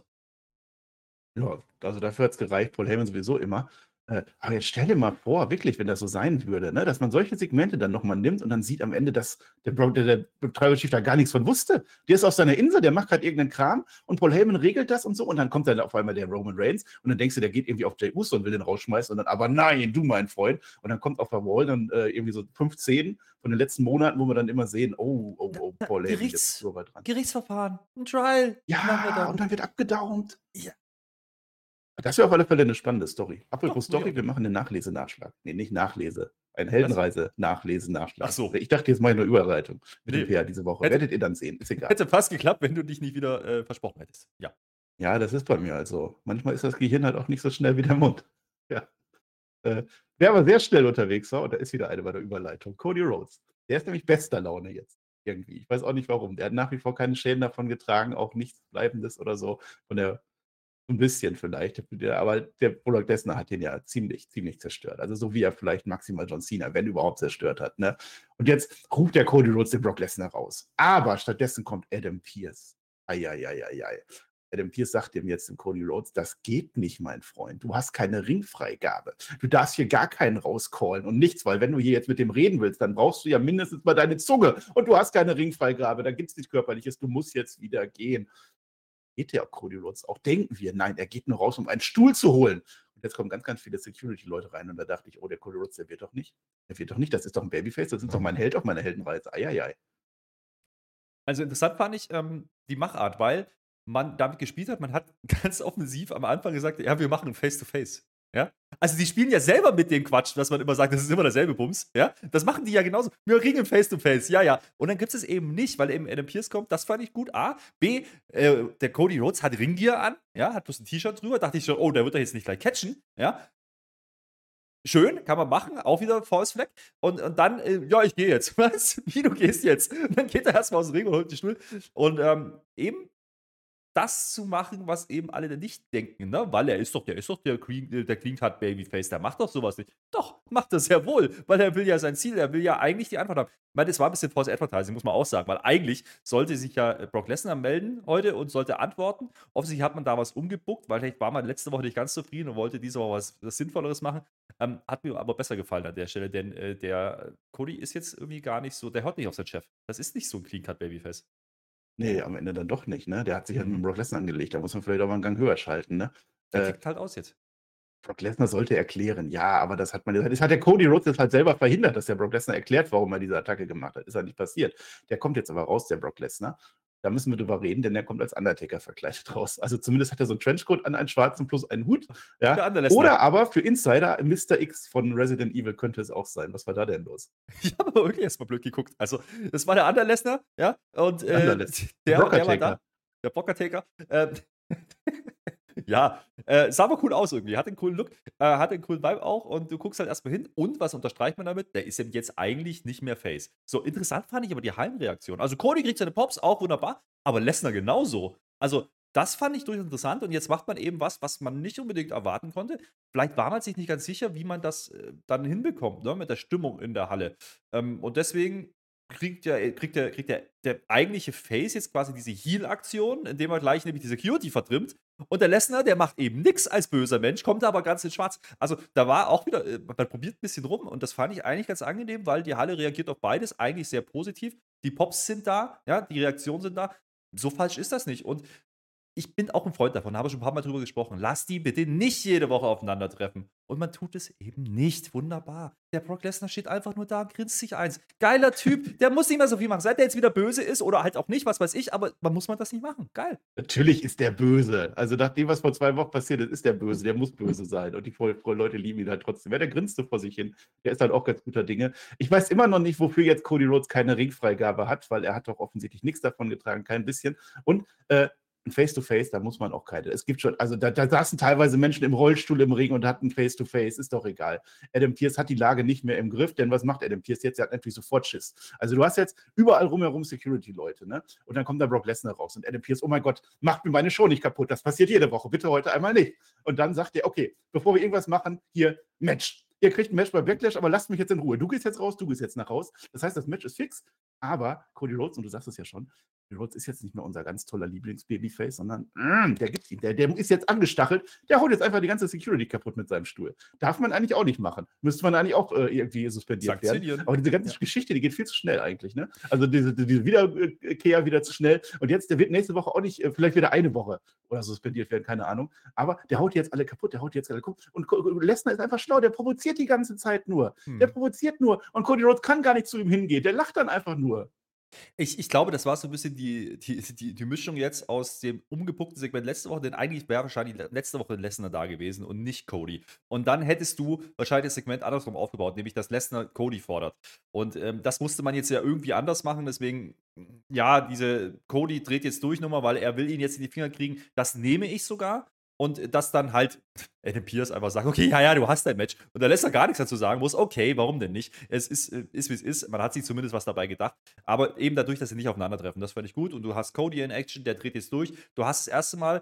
Ja, also dafür hat es gereicht, Paul Heyman sowieso immer. Aber jetzt stell dir mal vor, wirklich, wenn das so sein würde, ne, dass man solche Segmente dann noch mal nimmt und dann sieht am Ende, dass der Tribal Chief da gar nichts von wusste. Der ist auf seiner Insel, der macht grad irgend 'nen Kram und Paul Heyman regelt das und so und dann kommt dann auf einmal der Roman Reigns und dann denkst du, der geht irgendwie auf Jey Uso und will den rausschmeißen und dann: „Aber nein, du, mein Freund.“ Und dann kommt auf der Wall dann, irgendwie so 5 Szenen von den letzten Monaten, wo wir dann immer sehen: „Oh, oh, oh, Paul Heyman, jetzt bist du aber dran.“ Gerichtsverfahren, 'n Trial, Ja, und Nachmittag. dann wird abgedauert. Ja, Das wäre auf alle Fälle eine spannende Story. doch, Apropos muss ich Story, auch. wir machen 'nen Nachlese-Nachschlag. Ne, nicht Nachlese, ein Was? Ach Heldenreise-Nachlese-Nachschlag. so, Ich dachte, jetzt mache ich 'ne Überleitung mit dem ne, PR diese Woche. hätte Werdet ihr dann sehen, ist egal. hätte fast geklappt, wenn du dich nicht wieder, versprochen hättest. Ja. Ja, das ist bei mir halt so. Manchmal ist das Gehirn halt auch nicht so schnell wie der Mund. Ja. Äh, wer aber sehr schnell unterwegs war, und da ist wieder eine bei der Überleitung, Cody Rhodes. Der ist nämlich bester Laune jetzt irgendwie. Ich weiß auch nicht warum. Der hat nach wie vor keine Schäden davon getragen, auch nichts Bleibendes oder so. Von der ein bisschen vielleicht, aber der Brock Lesnar hat den ja ziemlich, ziemlich zerstört. Also so wie er vielleicht maximal John Cena, wenn überhaupt, zerstört hat. Ne? Und jetzt ruft der Cody Rhodes den Brock Lesnar raus. Aber stattdessen kommt Adam Pearce. Eieieiei. Adam Pearce sagt dem jetzt dem Cody Rhodes, das geht nicht, mein Freund. Du hast keine Ringfreigabe. Du darfst hier gar keinen rauscallen und nichts, weil wenn du hier jetzt mit dem reden willst, dann brauchst du ja mindestens mal deine Zunge und du hast keine Ringfreigabe, da gibt es nichts Körperliches, du musst jetzt wieder gehen. Geht der Cody Rhodes auch, denken wir. Nein, er geht nur raus, um einen Stuhl zu holen. Und jetzt kommen ganz, ganz viele Security-Leute rein und da dachte ich, oh, der Cody Rhodes, der wird doch nicht. Der wird doch nicht, das ist doch ein Babyface, das ist doch mein Held auf meiner Heldenreise. Eieiei. Also, interessant fand ich, die Machart, weil man damit gespielt hat, man hat ganz offensiv am Anfang gesagt: „Ja, wir machen 'n Face to Face.“ Ja? Also die spielen ja selber mit dem Quatsch, dass man immer sagt, das ist immer derselbe Bums. Ja? Das machen die ja genauso. Wir ringen Face-to-Face, ja, ja. Und dann gibt es eben nicht, weil eben Adam Pearce kommt, das fand ich gut. A. B. Der Cody Rhodes hat Ringgear an, ja, hat bloß ein T-Shirt drüber. Dachte ich schon, oh, der wird doch jetzt nicht gleich catchen. Ja? Schön, kann man machen, auch wieder False Flag. Und dann, ja, ich gehe jetzt. Was? Wie, du gehst jetzt? Und dann geht er erstmal aus dem Ring und holt den Stuhl. Und eben das zu machen, was eben alle dann nicht denken, ne? Weil der ist doch der Clean Cut Babyface, der macht doch sowas nicht. Doch, macht das sehr wohl, weil er will ja sein Ziel, er will ja eigentlich die Antwort haben. Ich meine, das war ein bisschen False Advertising, muss man auch sagen, weil eigentlich sollte sich ja Brock Lesnar melden heute und sollte antworten. Offensichtlich hat man da was umgebuckt, weil vielleicht war man letzte Woche nicht ganz zufrieden und wollte diese Woche was Sinnvolleres machen. Hat mir aber besser gefallen an der Stelle, denn der Cody ist jetzt irgendwie gar nicht so, der hört nicht auf seinen Chef. Das ist nicht so ein Clean Cut Babyface. Nee, am Ende dann doch nicht, ne? Der hat sich halt mit Mhm. Brock Lesnar angelegt. Da muss man vielleicht auch mal einen Gang höher schalten, ne? Der Äh, tickt halt aus jetzt. Brock Lesnar sollte erklären, ja, aber das hat der Cody Rhodes jetzt halt selber verhindert, dass der Brock Lesnar erklärt, warum er diese Attacke gemacht hat. Ist halt nicht passiert. Der kommt jetzt aber raus, der Brock Lesnar. Da müssen wir drüber reden, denn der kommt als Undertaker verkleidet raus. Also zumindest hat er so einen Trenchcoat an, einen schwarzen plus einen Hut. Der Ja. andere Lesnar. Oder aber für Insider Mr. X von Resident Evil könnte es auch sein. Was war da denn los? Ich habe aber wirklich erstmal blöd geguckt. Also, das war der andere Lesnar, ja, und Under Lesnar. der war Brocker-Taker. da, der Brocker-Taker. Ja, sah aber cool aus irgendwie, hat einen coolen Look, hat einen coolen Vibe auch und du guckst halt erstmal hin und was unterstreicht man damit? Der ist eben jetzt eigentlich nicht mehr Face. So, interessant fand ich aber die Heimreaktion. Also, Cody kriegt seine Pops, auch wunderbar, aber Lesnar genauso. Also, das fand ich durchaus interessant und jetzt macht man eben was man nicht unbedingt erwarten konnte. Vielleicht war man sich nicht ganz sicher, wie man das, dann hinbekommt, ne, mit der Stimmung in der Halle. Und deswegen kriegt der eigentliche Face jetzt quasi diese Heal-Aktion, indem er gleich nämlich die Security vertrimmt. Und der Lesnar, der macht eben nix als böser Mensch, kommt aber ganz in schwarz. Also, da war auch wieder man probiert ein bisschen rum und das fand ich eigentlich ganz angenehm, weil die Halle reagiert auf beides eigentlich sehr positiv. Die Pops sind da, ja, die Reaktionen sind da. So falsch ist das nicht und ich bin auch ein Freund davon, habe schon ein paar Mal drüber gesprochen. Lass die bitte nicht jede Woche aufeinandertreffen. Und man tut es eben nicht. Wunderbar. Der Brock Lesnar steht einfach nur da und grinst sich eins. Geiler Typ, der muss nicht mehr so viel machen. Seit der jetzt wieder böse ist oder halt auch nicht, was weiß ich, aber man muss das nicht machen. Geil. Natürlich ist der böse. Also nach dem, was vor 2 Wochen passiert ist, ist der böse. Der muss böse sein. Und die Leute lieben ihn halt trotzdem. Ja, der grinst so vor sich hin. Der ist halt auch ganz guter Dinge. Ich weiß immer noch nicht, wofür jetzt Cody Rhodes keine Ringfreigabe hat, weil er hat doch offensichtlich nichts davon getragen, kein bisschen. Und ein Face-to-Face, da muss man auch keine. Es gibt schon, also da saßen teilweise Menschen im Rollstuhl im Ring und hatten Face-to-Face, ist doch egal. Adam Pearce hat die Lage nicht mehr im Griff, denn was macht Adam Pearce jetzt? Er hat natürlich sofort Schiss. Also du hast jetzt überall rumherum Security-Leute, ne? Und dann kommt da Brock Lesnar raus und Adam Pearce, oh mein Gott, macht mir meine Show nicht kaputt, das passiert jede Woche, bitte heute einmal nicht. Und dann sagt er, okay, bevor wir irgendwas machen, hier, Match. Ihr kriegt ein Match bei Backlash, aber lasst mich jetzt in Ruhe. Du gehst jetzt raus, du gehst jetzt nach Haus. Das heißt, das Match ist fix, aber Cody Rhodes, und du sagst es ja schon, Cody Rhodes ist jetzt nicht mehr unser ganz toller Lieblings-Babyface, sondern der gibt ihn. Der ist jetzt angestachelt, der haut jetzt einfach die ganze Security kaputt mit seinem Stuhl. Darf man eigentlich auch nicht machen. Müsste man eigentlich auch irgendwie suspendiert werden. Sanktionieren. Aber diese ganze Geschichte, die geht viel zu schnell eigentlich. Ne? Also diese Wiederkehr wieder zu schnell. Und jetzt, der wird nächste Woche auch nicht, vielleicht wieder eine Woche oder suspendiert werden, keine Ahnung. Aber der haut jetzt alle kaputt, der haut jetzt alle kaputt. Und Lesnar ist einfach schlau, der provoziert die ganze Zeit nur. Der provoziert nur. Und Cody Rhodes kann gar nicht zu ihm hingehen. Der lacht dann einfach nur. Ich glaube, das war so ein bisschen die Mischung jetzt aus dem umgepuckten Segment letzte Woche, denn eigentlich wäre wahrscheinlich letzte Woche Lesnar da gewesen und nicht Cody. Und dann hättest du wahrscheinlich das Segment andersrum aufgebaut, nämlich dass Lesnar Cody fordert. Und das musste man jetzt ja irgendwie anders machen, deswegen, ja, diese Cody dreht jetzt durch Nummer, weil er will ihn jetzt in die Finger kriegen. Das nehme ich sogar. Und dass dann halt Adam Pearce einfach sagt, okay, ja, du hast dein Match. Und da lässt er gar nichts dazu sagen muss, okay, warum denn nicht? Es ist, wie es ist. Man hat sich zumindest was dabei gedacht. Aber eben dadurch, dass sie nicht aufeinandertreffen, das fand ich gut. Und du hast Cody in Action, der dreht jetzt durch. Du hast das erste Mal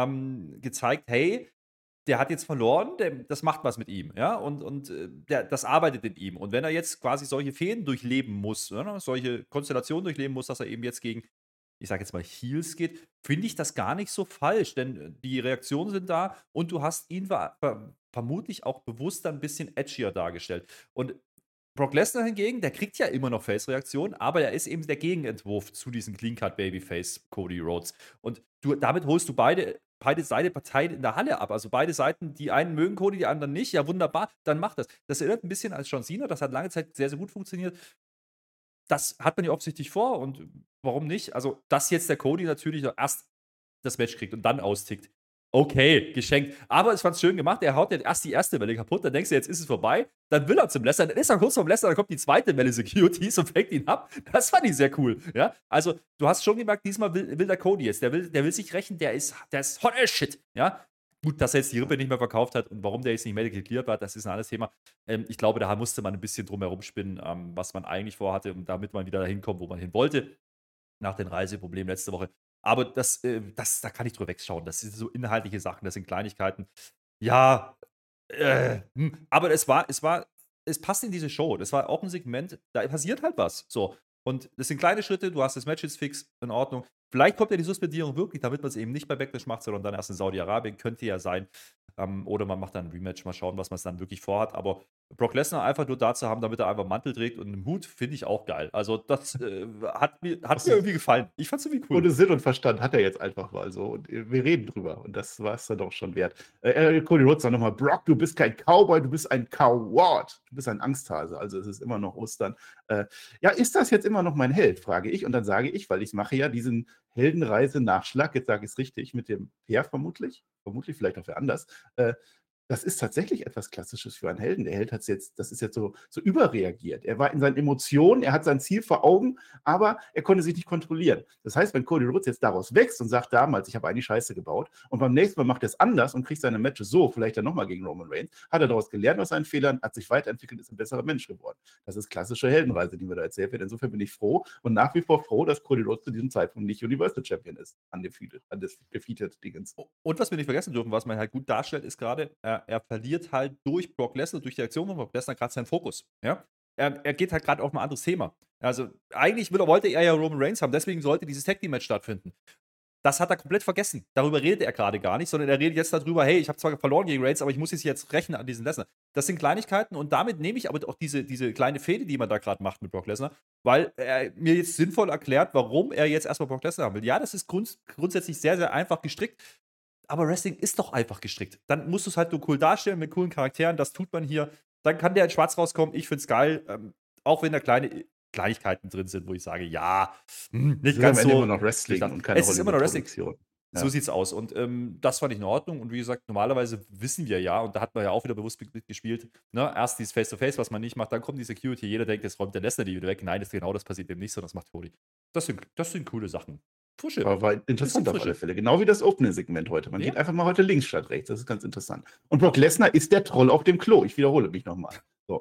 gezeigt, hey, der hat jetzt verloren, das macht was mit ihm, ja, und das arbeitet in ihm. Und wenn er jetzt quasi solche Fäden durchleben muss, ne, solche Konstellationen durchleben muss, dass er eben jetzt gegen, ich sage jetzt mal, Heels geht, finde ich das gar nicht so falsch, denn die Reaktionen sind da und du hast ihn vermutlich auch bewusst ein bisschen edgier dargestellt. Und Brock Lesnar hingegen, der kriegt ja immer noch Face-Reaktionen, aber er ist eben der Gegenentwurf zu diesem Clean-Cut-Babyface Cody Rhodes. Und damit holst du beide Parteien in der Halle ab. Also beide Seiten, die einen mögen Cody, die anderen nicht. Ja, wunderbar, dann mach das. Das erinnert ein bisschen an John Cena, das hat lange Zeit sehr, sehr gut funktioniert. Das hat man ja offensichtlich vor und warum nicht? Also, dass jetzt der Cody natürlich erst das Match kriegt und dann austickt, Okay, geschenkt. Aber ich fand's schön gemacht. Er haut ja erst die erste Welle kaputt, dann denkst du, jetzt ist es vorbei. Dann will er zum Lesnar, dann ist er kurz vorm Lesnar, dann kommt die zweite Welle Securities und fängt ihn ab. Das fand ich sehr cool. Ja, also du hast schon gemerkt, diesmal will der Cody jetzt. Der will sich rächen, der ist hot as shit. Ja, gut, dass er jetzt die Rippe nicht mehr verkauft hat und warum der jetzt nicht medical cleared war, das ist ein anderes Thema. Ich glaube, da musste man ein bisschen drum herum spinnen, was man eigentlich vorhatte, und damit man wieder dahin kommt, wo man hin wollte nach den Reiseproblemen letzte Woche. Aber da kann ich drüber wegschauen. Das sind so inhaltliche Sachen, das sind Kleinigkeiten. Ja, aber es passt in diese Show. Das war auch ein Segment, da passiert halt was. So. Und das sind kleine Schritte, du hast das Match jetzt fix, in Ordnung. Vielleicht kommt ja die Suspendierung wirklich, damit man es eben nicht bei Backlash macht, sondern dann erst in Saudi-Arabien, könnte ja sein. Oder man macht dann ein Rematch, mal schauen, was man dann wirklich vorhat. Aber Brock Lesnar einfach nur da zu haben, damit er einfach einen Mantel trägt und einen Hut, finde ich auch geil. Also, das hat mir irgendwie gefallen. Ich fand's irgendwie cool. Ohne Sinn und Verstand hat er jetzt einfach mal so. Und wir reden drüber. Und das war es dann auch schon wert. Cody Rhodes sagt nochmal: Brock, du bist kein Cowboy, du bist ein Coward. Du bist ein Angsthase. Also es ist immer noch Ostern. Ja, ist das jetzt immer noch mein Held, frage ich. Und dann sage ich, weil ich mache ja diesen Heldenreise-Nachschlag, jetzt sage ich es richtig, mit dem Peer vermutlich vielleicht auch wer anders. Das ist tatsächlich etwas Klassisches für einen Helden. Der Held hat jetzt, das ist jetzt so überreagiert. Er war in seinen Emotionen, er hat sein Ziel vor Augen, aber er konnte sich nicht kontrollieren. Das heißt, wenn Cody Rhodes jetzt daraus wächst und sagt damals, ich habe eigentlich Scheiße gebaut, und beim nächsten Mal macht er es anders und kriegt seine Matches so, vielleicht dann nochmal gegen Roman Reigns, hat er daraus gelernt aus seinen Fehlern, hat sich weiterentwickelt, ist ein besserer Mensch geworden. Das ist klassische Heldenreise, die mir da erzählt wird. Insofern bin ich froh und nach wie vor froh, dass Cody Rhodes zu diesem Zeitpunkt nicht Universal Champion ist. Undefeated Dingens. Und was wir nicht vergessen dürfen, was man halt gut darstellt, ist gerade, er verliert halt durch Brock Lesnar, durch die Aktion von Brock Lesnar gerade seinen Fokus. Ja? Er geht halt gerade auf ein anderes Thema. Also eigentlich wollte er ja Roman Reigns haben, deswegen sollte dieses Tag Team Match stattfinden. Das hat er komplett vergessen. Darüber redet er gerade gar nicht, sondern er redet jetzt darüber, hey, ich habe zwar verloren gegen Reigns, aber ich muss jetzt rächen an diesen Lesnar. Das sind Kleinigkeiten und damit nehme ich aber auch diese kleine Fehde, die man da gerade macht mit Brock Lesnar, weil er mir jetzt sinnvoll erklärt, warum er jetzt erstmal Brock Lesnar haben will. Ja, das ist grundsätzlich sehr, sehr einfach gestrickt, aber Wrestling ist doch einfach gestrickt. Dann musst du es halt nur cool darstellen mit coolen Charakteren, das tut man hier. Dann kann der in Schwarz rauskommen, ich find's geil, auch wenn da Kleinigkeiten drin sind, wo ich sage, ja, nicht ganz so. Es ist immer noch Wrestling und keine Es ist immer noch Wrestling. Produktion. So sieht's aus. Und das fand ich in Ordnung. Und wie gesagt, normalerweise wissen wir ja, und da hat man ja auch wieder bewusst mitgespielt, ne? Erst dieses Face-to-Face, was man nicht macht, dann kommt die Security, jeder denkt, jetzt räumt der Lesnar die wieder weg. Nein, das passiert eben nicht, sondern das macht Cody. Das sind coole Sachen. Frische. Aber war interessant auf Frische. alle Fälle. Genau wie das Opening-Segment heute. Man Ja. geht einfach mal heute links statt rechts. Das ist ganz interessant. Und Brock Lesnar ist der Troll auf dem Klo. Ich wiederhole mich nochmal. So.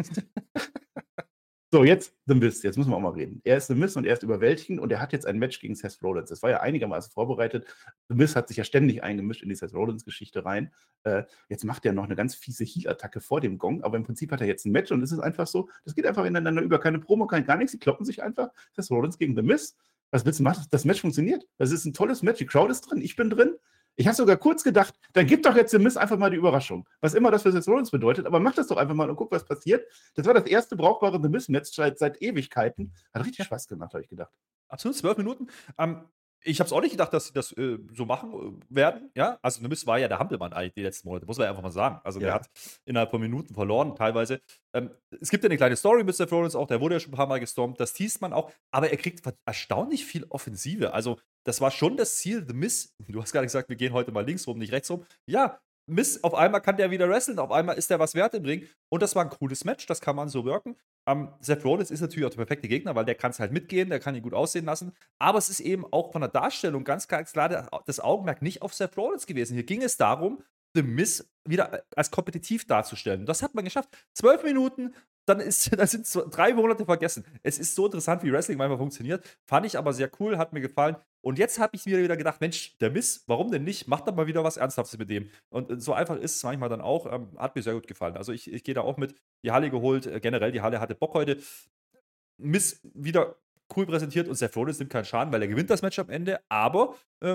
So, jetzt The Miz. Jetzt müssen wir auch mal reden. Er ist The Miz und er ist überwältigend und er hat jetzt ein Match gegen Seth Rollins. Das war ja einigermaßen vorbereitet. The Miz hat sich ja ständig eingemischt in die Seth Rollins-Geschichte rein. Jetzt macht er noch eine ganz fiese Heel-Attacke vor dem Gong, aber im Prinzip hat er jetzt ein Match und es ist einfach so, das geht einfach ineinander über. Keine Promo, gar nichts. Sie kloppen sich einfach. Seth Rollins gegen The Miz. Was willst du machen? Das Match funktioniert. Das ist ein tolles Match. Die Crowd ist drin. Ich bin drin. Ich habe sogar kurz gedacht, dann gib doch jetzt The Miz einfach mal die Überraschung. Was immer das für Seth Rollins bedeutet, aber mach das doch einfach mal und guck, was passiert. Das war das erste brauchbare The Miz-Match seit Ewigkeiten. Hat richtig Spaß gemacht, habe ich gedacht. Absolut, 12 Minuten. Ich habe es auch nicht gedacht, dass sie das so machen werden. Ja, also The Miz war ja der Hampelmann eigentlich die letzten Monate, muss man ja einfach mal sagen. Also der hat innerhalb von Minuten verloren, teilweise. Es gibt ja eine kleine Story mit Seth Rollins auch, der wurde ja schon ein paar Mal gestormt, das teast man auch, aber er kriegt erstaunlich viel Offensive. Also das war schon das Ziel, The Miz, du hast gerade gesagt, wir gehen heute mal links rum, nicht rechts rum. Ja, Miz, auf einmal kann der wieder wrestlen, auf einmal ist der was wert im Ring und das war ein cooles Match, das kann man so wirken. Seth Rollins ist natürlich auch der perfekte Gegner, weil der kann es halt mitgehen, der kann ihn gut aussehen lassen, aber es ist eben auch von der Darstellung ganz klar das Augenmerk nicht auf Seth Rollins gewesen. Hier ging es darum, The Miz wieder als kompetitiv darzustellen. Das hat man geschafft. 12 Minuten, dann sind so 3 Monate vergessen. Es ist so interessant, wie Wrestling manchmal funktioniert. Fand ich aber sehr cool, hat mir gefallen. Und jetzt habe ich mir wieder gedacht, Mensch, der Miz, warum denn nicht? Macht doch mal wieder was Ernsthaftes mit dem. Und so einfach ist es manchmal dann auch. Hat mir sehr gut gefallen. Also ich gehe da auch mit. Die Halle geholt. Generell, die Halle hatte Bock heute. Miz wieder cool präsentiert und Seth Rollins nimmt keinen Schaden, weil er gewinnt das Match am Ende. Aber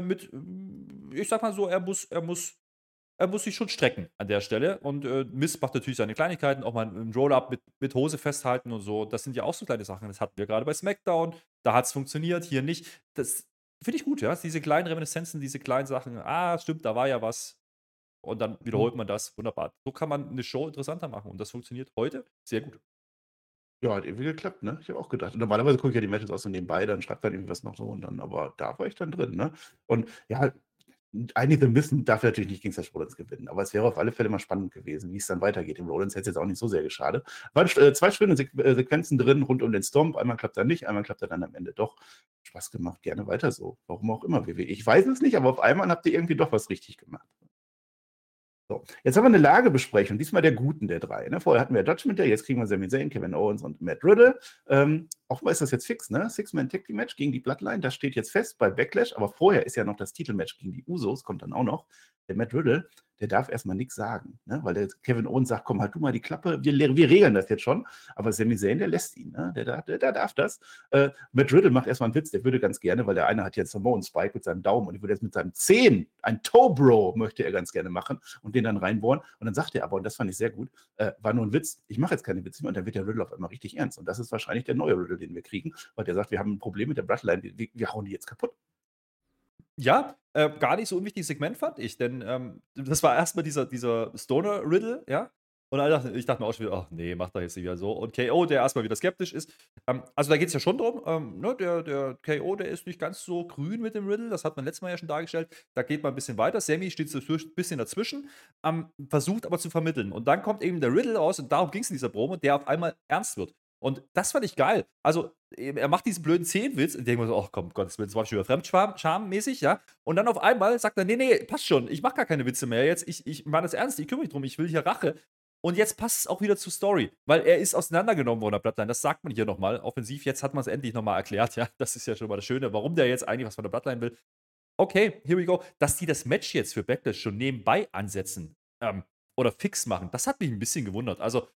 ich sag mal so, er muss sich schon strecken an der Stelle. Und Miz macht natürlich seine Kleinigkeiten, auch mal ein Roll-Up mit Hose festhalten und so. Das sind ja auch so kleine Sachen. Das hatten wir gerade bei SmackDown. Da hat es funktioniert, hier nicht. Das finde ich gut, ja. Diese kleinen Reminiszenzen, diese kleinen Sachen. Ah, stimmt, da war ja was. Und dann wiederholt man das. Wunderbar. So kann man eine Show interessanter machen. Und das funktioniert heute sehr gut. Ja, hat irgendwie geklappt, ne? Ich habe auch gedacht. Und normalerweise gucke ich ja die Matches auch so nebenbei, dann schreibt dann irgendwie was noch so und dann, aber da war ich dann drin, ne? Und ja, Einige wissen, darf natürlich nicht gegen Seth Rollins gewinnen, aber es wäre auf alle Fälle mal spannend gewesen, wie es dann weitergeht. Dem Rollins hätte es jetzt auch nicht so sehr geschadet. Waren zwei schöne Sequenzen drin rund um den Stomp. Einmal klappt er nicht, einmal klappt er dann am Ende doch. Spaß gemacht, gerne weiter so. Warum auch immer, WWE. Ich weiß es nicht, aber auf einmal habt ihr irgendwie doch was richtig gemacht. So, jetzt haben wir eine Lagebesprechung, diesmal der Guten der drei. Ne? Vorher hatten wir Judgment Day, jetzt kriegen wir Sami Zayn, Kevin Owens und Matt Riddle. Offenbar ist das jetzt fix, ne? Six-Man-Tag-Team-Match gegen die Bloodline, das steht jetzt fest bei Backlash, aber vorher ist ja noch das Titelmatch gegen die Usos, kommt dann auch noch. Der Matt Riddle, der darf erstmal nichts sagen, ne? Weil der Kevin Owens sagt, komm, halt du mal die Klappe, wir regeln das jetzt schon. Aber Sami Zayn, der lässt ihn, ne? Der darf das. Matt Riddle macht erstmal einen Witz, der würde ganz gerne, weil der eine hat jetzt Samoan Spike mit seinem Daumen und der würde jetzt mit seinem Zehen, ein Toe-Bro möchte er ganz gerne machen und den dann reinbohren. Und dann sagt er aber, und das fand ich sehr gut, war nur ein Witz, ich mache jetzt keine Witze mehr und dann wird der Riddle auf einmal richtig ernst. Und das ist wahrscheinlich der neue Riddle, den wir kriegen, weil der sagt, wir haben ein Problem mit der Bloodline, wir hauen die jetzt kaputt. Ja, gar nicht so unwichtiges Segment fand ich, denn das war erstmal dieser Stoner-Riddle, ja. Und ich dachte mir auch schon wieder, ach nee, mach doch jetzt nicht wieder so. Und KO, der erstmal wieder skeptisch ist. Also da geht es ja schon drum, ne, der KO, der ist nicht ganz so grün mit dem Riddle, das hat man letztes Mal ja schon dargestellt. Da geht man ein bisschen weiter. Sammy steht so ein bisschen dazwischen, versucht aber zu vermitteln. Und dann kommt eben der Riddle raus und darum ging es in dieser Promo, der auf einmal ernst wird. Und das fand ich geil. Also, er macht diesen blöden Zehnwitz, in dem man so, ach komm, Gottes Willen, das war schon wieder Fremdscham-mäßig, ja. Und dann auf einmal sagt er, nee, passt schon, ich mach gar keine Witze mehr jetzt, ich meine das ernst, ich kümmere mich drum, ich will hier Rache. Und jetzt passt es auch wieder zur Story, weil er ist auseinandergenommen worden, der Bloodline. Das sagt man hier nochmal offensiv. Jetzt hat man es endlich nochmal erklärt, ja. Das ist ja schon mal das Schöne, warum der jetzt eigentlich was von der Bloodline will. Okay, here we go. Dass die das Match jetzt für Backlash schon nebenbei ansetzen oder fix machen, das hat mich ein bisschen gewundert. Also,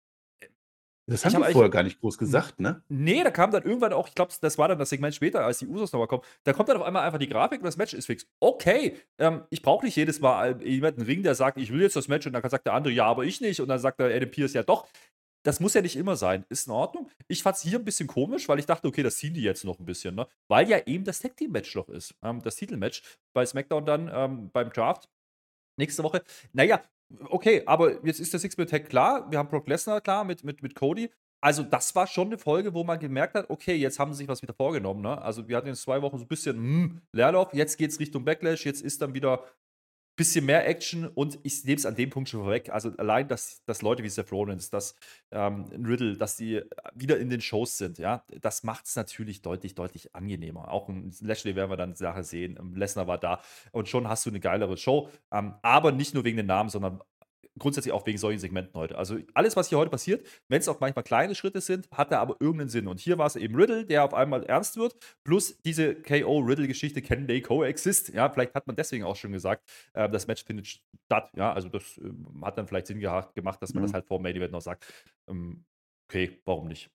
Das ich haben habe wir eigentlich. vorher gar nicht groß gesagt, ne? Nee, da kam dann irgendwann auch, ich glaube, das war dann das Segment später, als die Usos nochmal kommen. Da kommt dann auf einmal einfach die Grafik und das Match ist fix. Okay, ich brauche nicht jedes Mal jemanden Ring, der sagt, ich will jetzt das Match und dann sagt der andere, ja, aber ich nicht. Und dann sagt der Adam Pearce, ja doch. Das muss ja nicht immer sein. Ist in Ordnung. Ich fand es hier ein bisschen komisch, weil ich dachte, okay, das ziehen die jetzt noch ein bisschen, ne? Weil ja eben das Tag-Team-Match noch ist. Das Titelmatch bei SmackDown dann beim Draft nächste Woche. Naja, okay, aber jetzt ist der Six-Man-Tag klar. Wir haben Brock Lesnar klar mit Cody. Also, das war schon eine Folge, wo man gemerkt hat, okay, jetzt haben sie sich was wieder vorgenommen, ne? Also, wir hatten jetzt 2 Wochen so ein bisschen, Leerlauf, jetzt geht's Richtung Backlash, jetzt ist dann wieder ein bisschen mehr Action und ich nehme es an dem Punkt schon vorweg. Also, allein, dass Leute wie Seth Rollins, dass Riddle, dass die wieder in den Shows sind, ja, das macht es natürlich deutlich, deutlich angenehmer. Auch 'n Lashley werden wir dann nachher sehen, Lesnar war da und schon hast du eine geilere Show, aber nicht nur wegen den Namen, sondern grundsätzlich auch wegen solchen Segmenten heute. Also alles, was hier heute passiert, wenn es auch manchmal kleine Schritte sind, hat da aber irgendeinen Sinn. Und hier war es eben Riddle, der auf einmal ernst wird, plus diese KO-Riddle-Geschichte, can they coexist? Ja, vielleicht hat man deswegen auch schon gesagt, das Match findet statt. Ja, also das hat dann vielleicht Sinn gemacht, dass man das Mhm. halt vor dem Main Event noch sagt. Okay, warum nicht?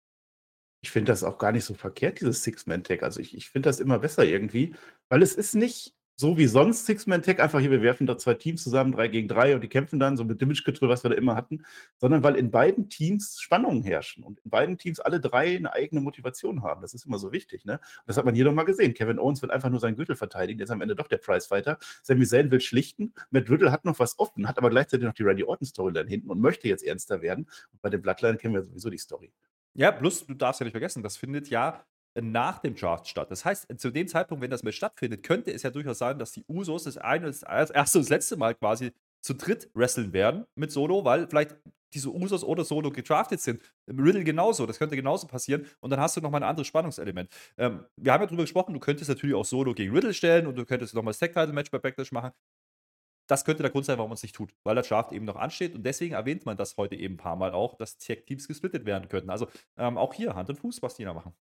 Ich finde das auch gar nicht so verkehrt, dieses Six-Man-Tag. Also ich finde das immer besser irgendwie, weil es ist nicht so wie sonst Six-Man-Tag, einfach hier, wir werfen da 2 Teams zusammen, 3 gegen 3 und die kämpfen dann so mit Damage-Control, was wir da immer hatten, sondern weil in beiden Teams Spannungen herrschen und in beiden Teams alle 3 eine eigene Motivation haben. Das ist immer so wichtig, ne? Und das hat man hier noch mal gesehen. Kevin Owens will einfach nur seinen Gürtel verteidigen, der ist am Ende doch der Prizefighter. Sami Zayn will schlichten, Matt Riddle hat noch was offen, hat aber gleichzeitig noch die Randy Orton-Storyline hinten und möchte jetzt ernster werden. Und bei den Bloodline kennen wir sowieso die Story. Ja, plus du darfst ja nicht vergessen, das findet ja nach dem Draft statt. Das heißt, zu dem Zeitpunkt, wenn das Match stattfindet, könnte es ja durchaus sein, dass die Usos das erste und das letzte Mal quasi zu dritt wresteln werden mit Solo, weil vielleicht diese Usos oder Solo gedraftet sind. Riddle genauso, das könnte genauso passieren und dann hast du nochmal ein anderes Spannungselement. Wir haben ja drüber gesprochen, du könntest natürlich auch Solo gegen Riddle stellen und du könntest nochmal das Tag-Title-Match bei Backlash machen. Das könnte der Grund sein, warum man es nicht tut, weil der Draft eben noch ansteht und deswegen erwähnt man das heute eben ein paar Mal auch, dass Tag-Teams gesplittet werden könnten. Also auch hier Hand und Fuß, was die da machen.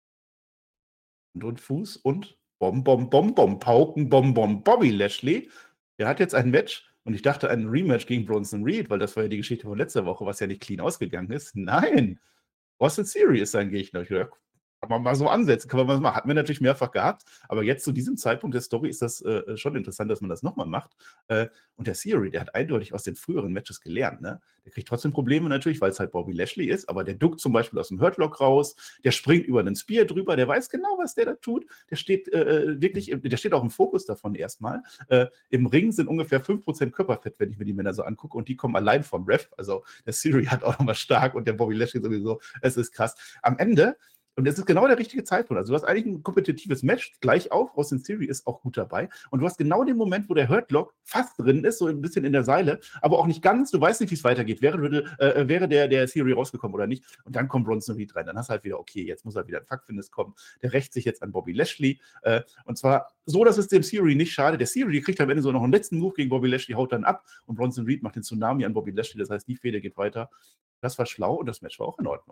Hand und Fuß und Pauken, Bobby Lashley. Der hat jetzt ein Match und ich dachte ein Rematch gegen Bronson Reed, weil das war ja die Geschichte von letzter Woche, was ja nicht clean ausgegangen ist. Nein, Austin Theory ist sein Gegner. Ich dachte, kann man mal so ansetzen, kann man mal so machen. Hatten wir natürlich mehrfach gehabt, aber jetzt zu diesem Zeitpunkt der Story ist das schon interessant, dass man das nochmal macht. Und der Theory, der hat eindeutig aus den früheren Matches gelernt. Ne? Der kriegt trotzdem Probleme natürlich, weil es halt Bobby Lashley ist, aber der duckt zum Beispiel aus dem Hurtlock raus, der springt über einen Spear drüber, der weiß genau, was der da tut. Der steht wirklich, der steht auch im Fokus davon erstmal. Im Ring sind ungefähr 5% Körperfett, wenn ich mir die Männer so angucke, und die kommen allein vom Ref. Also der Theory hat auch nochmal stark und der Bobby Lashley sowieso. Es ist krass. Am Ende Und es ist genau der richtige Zeitpunkt. Also, du hast eigentlich ein kompetitives Match gleich auf. Austin Theory ist auch gut dabei. Und du hast genau den Moment, wo der Hurt Lock fast drin ist, so ein bisschen in der Seile, aber auch nicht ganz. Du weißt nicht, wie es weitergeht. Wäre der Theory rausgekommen oder nicht? Und dann kommt Bronson Reed rein. Dann hast du halt wieder, okay, jetzt muss halt wieder ein Fuckfitness kommen. Der rächt sich jetzt an Bobby Lashley. Und zwar so, dass es dem Theory nicht schadet. Der Theory kriegt am Ende so noch einen letzten Move gegen Bobby Lashley, haut dann ab und Bronson Reed macht den Tsunami an Bobby Lashley. Das heißt, die Fehde geht weiter. Das war schlau und das Match war auch in Ordnung.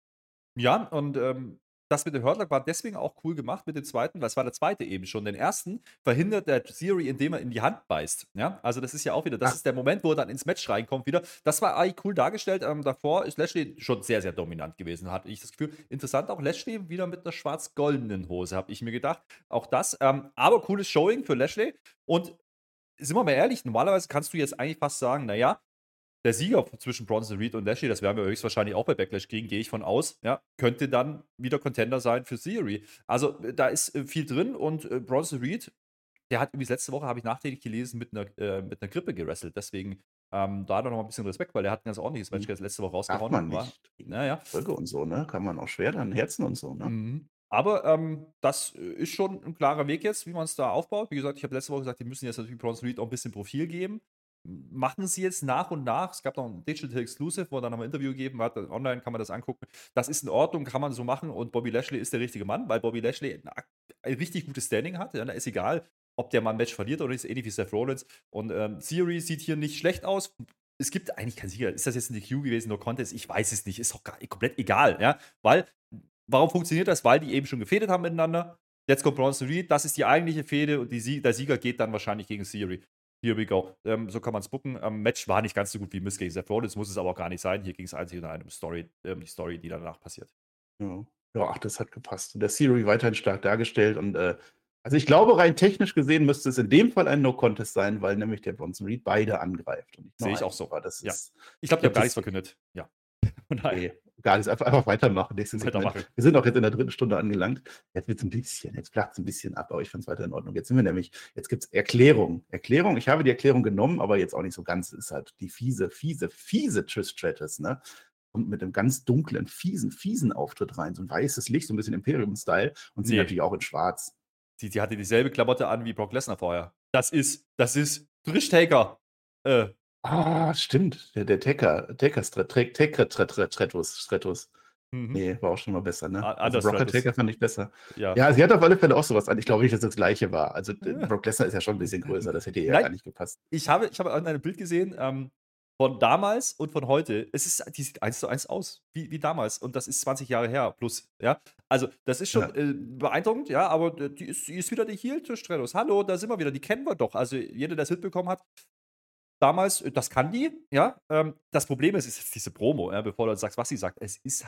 Ja, und, das mit dem Hurtlock war deswegen auch cool gemacht mit dem zweiten, weil es war der zweite eben schon. Den ersten verhindert der Theory, indem er in die Hand beißt, ja? Also, das ist ja auch wieder das Ach, ist der Moment, wo er dann ins Match reinkommt wieder. Das war eigentlich cool dargestellt. Davor ist Lashley schon sehr, sehr dominant gewesen, hatte ich das Gefühl. Interessant auch Lashley wieder mit 'ner schwarz-goldenen Hose, habe ich mir gedacht. Auch das, aber cooles Showing für Lashley. Und sind wir mal ehrlich, normalerweise kannst du jetzt eigentlich fast sagen, na ja, der Sieger zwischen Bronson Reed und Lashley, das werden wir höchstwahrscheinlich auch bei Backlash kriegen, gehe ich von aus, ja, könnte dann wieder Contender sein für Theory. Also, da ist, viel drin und, Bronson Reed, der hat übrigens letzte Woche, habe ich nachträglich gelesen, mit 'ner Grippe gewrestelt. Deswegen, da hat er noch mal 'n bisschen Respekt, weil der hat ein ganz ordentliches Match letzte Woche darf rausgehauen. man nicht. Na ja. Folge und so, ne? Kann man auch schwer dann Herzen und so, ne? Aber, das ist schon ein klarer Weg jetzt, wie man es da aufbaut. Wie gesagt, ich habe letzte Woche gesagt, die müssen jetzt natürlich Bronson Reed auch ein bisschen Profil geben. Machen sie jetzt nach und nach. Es gab noch ein Digital Exclusive, wo er dann noch 'n Interview gegeben hat. Online kann man das angucken. Das ist in Ordnung, kann man so machen und Bobby Lashley ist der richtige Mann, weil Bobby Lashley ein richtig gutes Standing hat. Ja, da ist egal, ob der mal 'n Match verliert oder nicht, ist ähnlich wie Seth Rollins. Und, Theory sieht hier nicht schlecht aus. Es gibt eigentlich keinen Sieger. Ist das jetzt 'n DQ gewesen, No Contest? Ich weiß es nicht. Ist doch komplett egal, ja, weil warum funktioniert das? Weil die eben schon gefädet haben miteinander. Jetzt kommt Bronson Reed, das ist die eigentliche Fehde und der Sieger geht dann wahrscheinlich gegen Theory. Here we go. So kann man es booken. Match war nicht ganz so gut wie Miss gegen Seth Rollins, muss es aber auch gar nicht sein. Hier ging es einzig um eine Story, die Story, die danach passiert. Ja. Ja, ach, das hat gepasst. Und der Theory weiterhin stark dargestellt und, also, ich glaube, rein technisch gesehen müsste es in dem Fall ein No-Contest sein, weil nämlich der Bronson Reed beide angreift und nicht nur Sehe ich einen. auch so. Aber das Ja. ist Ich glaube, ich die haben glaube, gar nichts das verkündet. Ja. Von daher, ne, gar nicht. Einfach weitermachen, nächstes Segment. weitermachen. Wir sind auch jetzt in der 3. Stunde angelangt. Jetzt flacht's 'n bisschen ab, aber ich finde es weiter in Ordnung. Jetzt gibt's Erklärung. Ich habe die Erklärung genommen, aber jetzt auch nicht so ganz. Es ist halt die fiese Trish Stratus, ne? Und mit 'nem ganz dunklen, fiesen Auftritt rein. So 'n weißes Licht, so 'n bisschen Imperium-Style und sie Ne, natürlich auch in schwarz. sie hatte dieselbe Klamotte an wie Brock Lesnar vorher. Das ist Trish Taker. Äh, Ah, stimmt, der Tekker Stratus. mhm. Ne, war auch schon mal besser, ne? Also, Anders Brock Stratus. Taker fand ich besser. Ja. Ja, sie hat auf alle Fälle auch so was an. Ich glaube nicht, dass das Gleiche war. Also, Ja. Brock Lesnar ist ja schon 'n bisschen größer, das hätte ihr ja Nein, gar nicht gepasst. ich habe ein Bild gesehen, von damals und von heute. Die sieht eins zu eins aus, wie damals und das ist 20 Jahre her plus, ja? Also, das ist schon, Ja. beeindruckend, ja, aber die ist wieder die Heel Stratus. Hallo, da sind wir wieder, die kennen wir doch. Also, jeder, der's mitbekommen hat, damals, das kann die, ja? Das Problem ist jetzt diese Promo, ja, bevor du sagst, was sie sagt.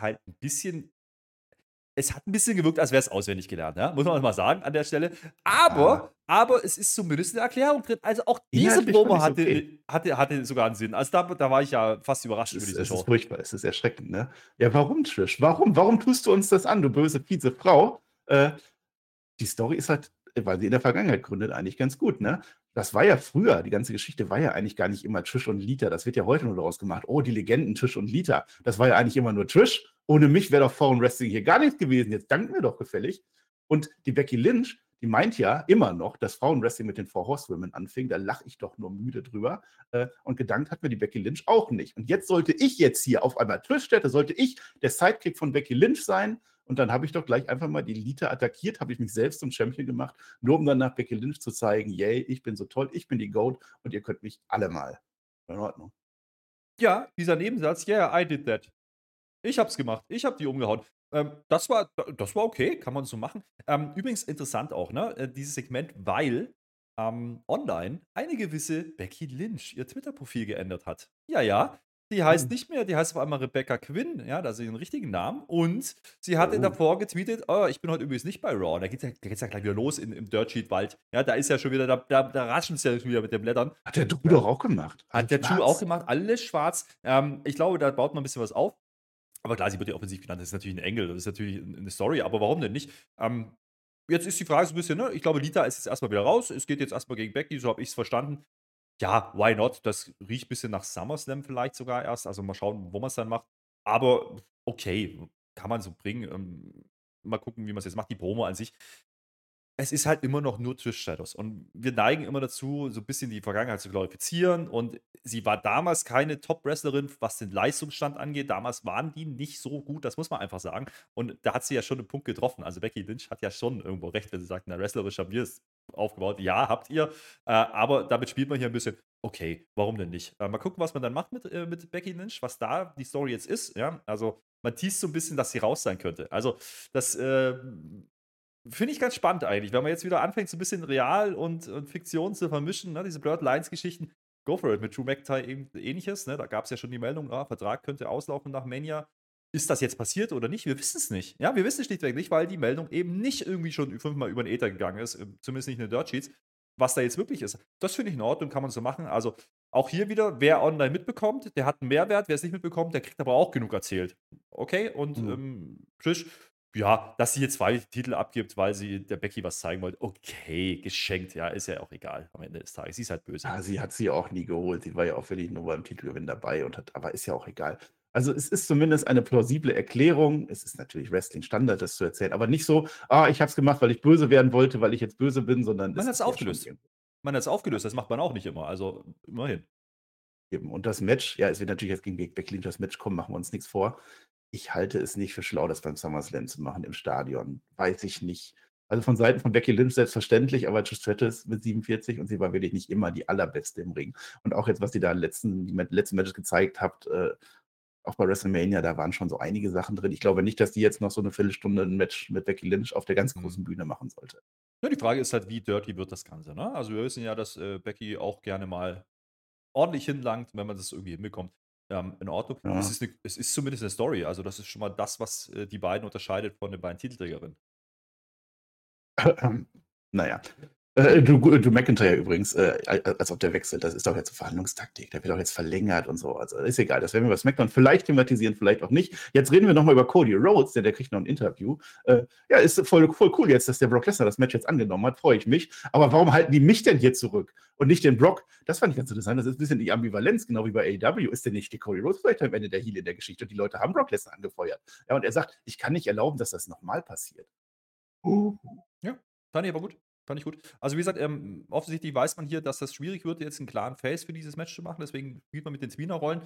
Es hat ein bisschen gewirkt, als wäre es auswendig gelernt, ja, muss man mal sagen an der Stelle. Ah, Aber es ist zumindest eine Erklärung drin. Also, auch diese inhaltlich fand Promo ich's okay. hatte sogar einen Sinn. Also, da war ich ja fast überrascht über diese Es ist Show. furchtbar, es ist erschreckend, ne? Ja, warum, Trish? Warum? Warum tust du uns das an, du böse, fiese Frau? Die Story ist halt, weil sie in der Vergangenheit gründet, eigentlich ganz gut, ne? Das war ja früher, die ganze Geschichte war ja eigentlich gar nicht immer Trish und Lita. Das wird ja heute nur daraus gemacht. Oh, die Legenden Trish und Lita. Das war ja eigentlich immer nur Trish. Ohne mich wäre doch Frauenwrestling hier gar nichts gewesen. Jetzt danken wir doch gefällig. Und die Becky Lynch, die meint ja immer noch, dass Frauenwrestling mit den Four Horsewomen anfing. Da lache ich doch nur müde drüber. Und gedankt hat mir die Becky Lynch auch nicht. Und jetzt sollte ich jetzt hier auf einmal Trish hätte, sollte ich der Sidekick von Becky Lynch sein. Und dann habe ich doch gleich einfach mal die Lita attackiert, habe ich mich selbst zum Champion gemacht, nur um dann nach Becky Lynch zu zeigen, yay, ich bin so toll, ich bin die GOAT und ihr könnt mich alle mal. In Ordnung. Ja, dieser Nebensatz: „Yeah, I did that.“ Ich habe es gemacht. Ich habe die umgehauen. Das war okay, kann man so machen. Übrigens interessant auch, ne, dieses Segment, weil, online eine gewisse Becky Lynch ihr Twitter-Profil geändert hat. Ja, ja, die heißt Oh. nicht mehr, die heißt auf einmal Rebecca Quinn, ja, da hat sie den richtigen Namen und sie hatte Oh. davor getweetet: „Oh, ich bin heute übrigens nicht bei Raw.“ Da geht's ja gleich wieder los im Dirt Sheet Wald. Ja, da ist ja schon wieder da raschelt's ja schon wieder mit den Blättern. Hat der Drew doch auch gemacht. Hat der Drew auch gemacht, alles schwarz. Ich glaube, da baut man ein bisschen was auf. Aber klar, sie wird ja offensiv genannt. Das ist natürlich ein Engel, das ist natürlich 'ne Story, aber warum denn nicht? Jetzt ist die Frage so ein bisschen, ne, ich glaube, Lita ist jetzt erstmal wieder raus. Es geht jetzt erstmal gegen Becky, so habe ich es verstanden. Ja, why not? Das riecht ein bisschen nach SummerSlam vielleicht sogar erst. Also, mal schauen, wo man es dann macht. Aber okay, kann man so bringen. mal gucken, wie man es jetzt macht. Die Promo an sich, es ist halt immer noch nur Trish Stratus. Und wir neigen immer dazu, so ein bisschen die Vergangenheit zu glorifizieren. Und sie war damals keine Top-Wrestlerin, was den Leistungsstand angeht. Damals waren die nicht so gut, das muss man einfach sagen. Und da hat sie ja schon einen Punkt getroffen. Also Becky Lynch hat ja schon irgendwo recht, wenn sie sagt, na, wrestlerisch haben wir es aufgebaut. Ja, habt ihr. Aber damit spielt man hier ein bisschen, okay, warum denn nicht? Mal gucken, was man dann macht mit Becky Lynch, was da die Story jetzt ist. Ja, also man teast so ein bisschen, dass sie raus sein könnte. Also das finde ich ganz spannend eigentlich, wenn man jetzt wieder anfängt, so ein bisschen Real und Fiktion zu vermischen, ne? Diese Blurred Lines-Geschichten. Go for it mit Drew McIntyre eben ähnliches. Ne? Da gab es ja schon die Meldung, Vertrag könnte auslaufen nach Mania. Ist das jetzt passiert oder nicht? Wir wissen es nicht. Ja, wir wissen es schlichtweg nicht, weil die Meldung eben nicht irgendwie schon 5-mal über den Äther gegangen ist, zumindest nicht in den Dirt Sheets. Was da jetzt wirklich ist, das finde ich in Ordnung, kann man so machen. Also auch hier wieder, wer online mitbekommt, der hat einen Mehrwert. Wer es nicht mitbekommt, der kriegt aber auch genug erzählt. Okay, und Mhm. Trish, ja, dass sie hier 2 Titel abgibt, weil sie der Becky was zeigen wollte. Okay, geschenkt, ja, ist ja auch egal am Ende des Tages. Sie ist halt böse. Ja, sie hat sie auch nie geholt. Sie war ja auch wirklich nur beim Titelgewinn dabei und hat, aber ist ja auch egal. Also es ist zumindest eine plausible Erklärung. Es ist natürlich Wrestling-Standard, das zu erzählen, aber nicht so, ich habe es gemacht, weil ich böse werden wollte, weil ich jetzt böse bin, sondern Man es hat es ist ja schon aufgelöst. irgendwie Man hat es aufgelöst, das macht man auch nicht immer, also immerhin. gegeben. Und das Match, ja, es wird natürlich jetzt gegen Becky Lynch das Match kommen, machen wir uns nichts vor. Ich halte es nicht für schlau, das beim SummerSlam zu machen im Stadion. Weiß ich nicht. Also von Seiten von Becky Lynch selbstverständlich, aber Trish Stratus mit 47 und sie war wirklich nicht immer die allerbeste im Ring. Und auch jetzt, was sie da die letzten Matches gezeigt hat, auch bei WrestleMania, da waren schon so einige Sachen drin. Ich glaube nicht, dass die jetzt noch so eine Viertelstunde ein Match mit Becky Lynch auf der ganz Mhm. großen Bühne machen sollte. Ja, die Frage ist halt, wie dirty wird das Ganze, ne? Also, wir wissen ja, dass, Becky auch gerne mal ordentlich hinlangt, wenn man das irgendwie hinbekommt, in Ordnung. Ja. Es ist zumindest eine Story, also, das ist schon mal das, was, die beiden unterscheidet von den beiden Titelträgerinnen. Naja. Du McIntyre übrigens, als ob der wechselt, das ist doch jetzt Verhandlungstaktik. Der wird doch jetzt verlängert und so. Also ist egal, das werden wir bei SmackDown vielleicht thematisieren, vielleicht auch nicht. Jetzt reden wir nochmal über Cody Rhodes, der kriegt noch ein Interview. Ja, ist voll cool jetzt, dass der Brock Lesnar das Match jetzt angenommen hat, freue ich mich. Aber warum halten die mich denn hier zurück und nicht den Brock? Das fand ich ganz interessant. Das ist ein bisschen die Ambivalenz, genau wie bei AEW. Ist denn nicht die Cody Rhodes vielleicht am Ende der Heel in der Geschichte? Und die Leute haben Brock Lesnar angefeuert. Ja, und er sagt, ich kann nicht erlauben, dass das nochmal passiert. Ja, fand ich aber gut. Fand ich gut. Also, wie gesagt, offensichtlich weiß man hier, dass das schwierig wird, jetzt einen klaren Face für dieses Match zu machen, deswegen spielt man mit den Tweener-Rollen.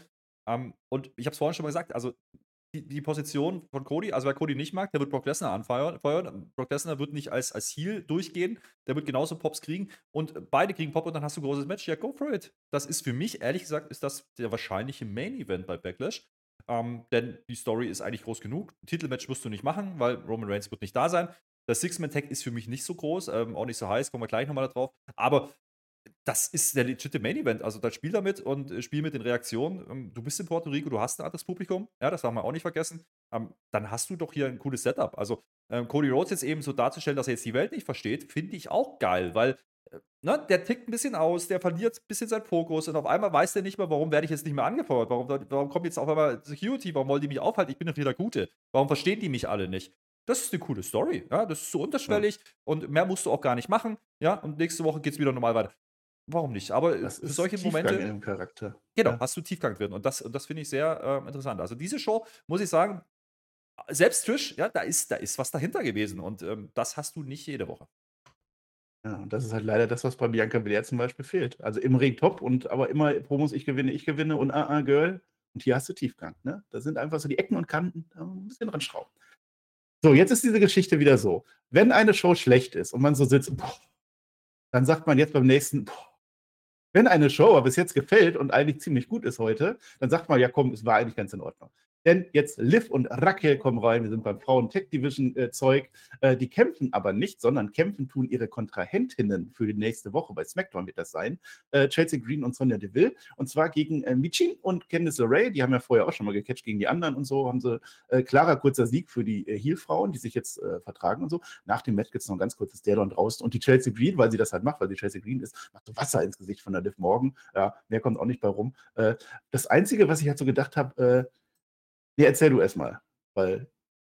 Und ich habe es vorhin schon mal gesagt, also, die Position von Cody, also, wer Cody nicht mag, der wird Brock Lesnar feuern. Brock Lesnar wird nicht als Heel durchgehen, der wird genauso Pops kriegen und beide kriegen Pop und dann hast du 'n großes Match. Ja, go for it. Das ist für mich, ehrlich gesagt, ist das der wahrscheinliche Main Event bei Backlash, denn die Story ist eigentlich groß genug. Titelmatch musst du nicht machen, weil Roman Reigns wird nicht da sein. Das Six-Man-Tag ist für mich nicht so groß, auch nicht so heiß, kommen wir gleich nochmal drauf. Aber das ist der legitime Main Event. Also, dann spiel damit und spiel mit den Reaktionen. Du bist in Puerto Rico, du hast ein anderes Publikum. Ja, das darf man auch nicht vergessen. Dann hast du doch hier ein cooles Setup. Also, Cody Rhodes jetzt eben so darzustellen, dass er jetzt die Welt nicht versteht, finde ich auch geil, weil ne, der tickt ein bisschen aus, der verliert ein bisschen seinen Fokus und auf einmal weiß der nicht mehr, warum werde ich jetzt nicht mehr angefeuert? Warum kommt jetzt auf einmal Security? Warum wollen die mich aufhalten? Ich bin doch hier der Gute. Warum verstehen die mich alle nicht? Das ist eine coole Story. Ja, das ist so Ja. unterschwellig und mehr musst du auch gar nicht machen. Ja, und nächste Woche geht es wieder normal weiter. Warum nicht? Aber Das für ist solche Tiefgang in Momente, dem Charakter. genau, Ja. hast du Tiefgang drin. Und das finde ich sehr interessant. Also diese Show, muss ich sagen, selbst Trish, ja, da ist was dahinter gewesen. Und das hast du nicht jede Woche. Ja, und das ist halt leider das, was bei Bianca Belair zum Beispiel fehlt. Also im Ring top und aber immer Promos, ich gewinne und Girl. Und hier hast du Tiefgang. Ne? Da sind einfach so die Ecken und Kanten, da ein bisschen dran schrauben. So, jetzt ist diese Geschichte wieder so. Wenn eine Show schlecht ist und man so sitzt, boah, dann sagt man jetzt beim nächsten, boah, wenn eine Show aber bis jetzt gefällt und eigentlich ziemlich gut ist heute, dann sagt man, ja komm, es war eigentlich ganz in Ordnung. Denn jetzt Liv und Raquel kommen rein, wir sind beim Frauen-Tech-Division-Zeug. Die kämpfen aber nicht, sondern kämpfen tun ihre Kontrahentinnen für die nächste Woche. Bei SmackDown wird das sein. Chelsea Green und Sonja Deville. Und zwar gegen Michin und Candice LeRae. Die haben ja vorher auch schon mal gecatcht gegen die anderen und so. Haben sie klarer, kurzer Sieg für die Heel-Frauen, die sich jetzt vertragen und so. Nach dem Match gibt es noch ein ganz kurzes Stairdown draußen. Und die Chelsea Green, weil sie das halt macht, weil sie Chelsea Green ist, macht so Wasser ins Gesicht von der Liv Morgan. Ja, mehr kommt auch nicht bei rum. Das Einzige, was ich halt so gedacht habe, nee, erzähl du erst mal, weil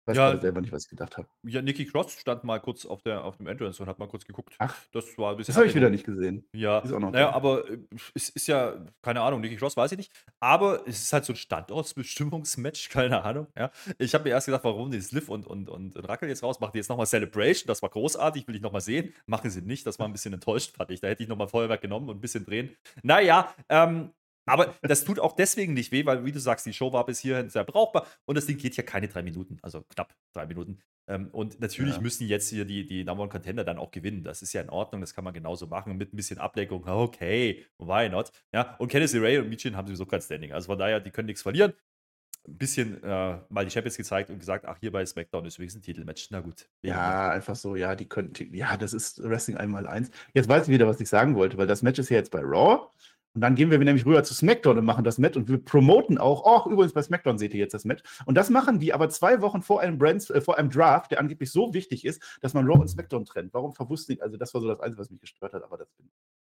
Weiß gerade Ja, selber nicht, was ich gedacht habe. ja, Nikki Cross stand mal kurz auf dem Entrance und hat mal kurz geguckt. Ach, Das war ein bisschen das habe ich wieder Ablenkung. nicht gesehen. Die Ja, ist auch noch naja, da. aber es ist ja, keine Ahnung, Nikki Cross weiß ich nicht, aber es ist halt so ein Standortsbestimmungsmatch, keine Ahnung. Ja. Ich habe mir erst gedacht, warum die Sliv und Rackel jetzt raus, machen die jetzt nochmal Celebration, das war großartig, will ich nochmal sehen. Machen sie nicht, das war ein bisschen enttäuscht, fand ich. Da hätte ich nochmal Feuerwerk genommen und ein bisschen drehen. Naja, aber das tut auch deswegen nicht weh, weil, wie du sagst, die Show war bis hierhin sehr brauchbar und das Ding geht ja keine 3 Minuten, also knapp 3 Minuten. Und natürlich Ja. müssen jetzt hier die Number One Contender dann auch gewinnen. Das ist ja in Ordnung, das kann man genauso machen mit ein bisschen Ablenkung. Okay, why not? Ja, und Candice LeRae und Michin haben sowieso kein Standing. Also von daher, die können nichts verlieren. Ein bisschen mal die Champions gezeigt und gesagt, ach, hier bei SmackDown ist übrigens ein Titelmatch. Na gut, wegen mir. Ja, einfach so, ja, die könnten, ja, das ist Wrestling 1x1. Jetzt weiß ich wieder, was ich sagen wollte, weil das Match ist ja jetzt bei Raw. Und dann gehen wir nämlich rüber zu SmackDown und machen das Match und wir promoten auch, oh, übrigens bei SmackDown seht ihr jetzt das Match. Und das machen die aber 2 Wochen vor einem vor einem Draft, der angeblich so wichtig ist, dass man Raw und SmackDown trennt. Warum verwusst also das war so das Einzige, was mich gestört hat, aber das bin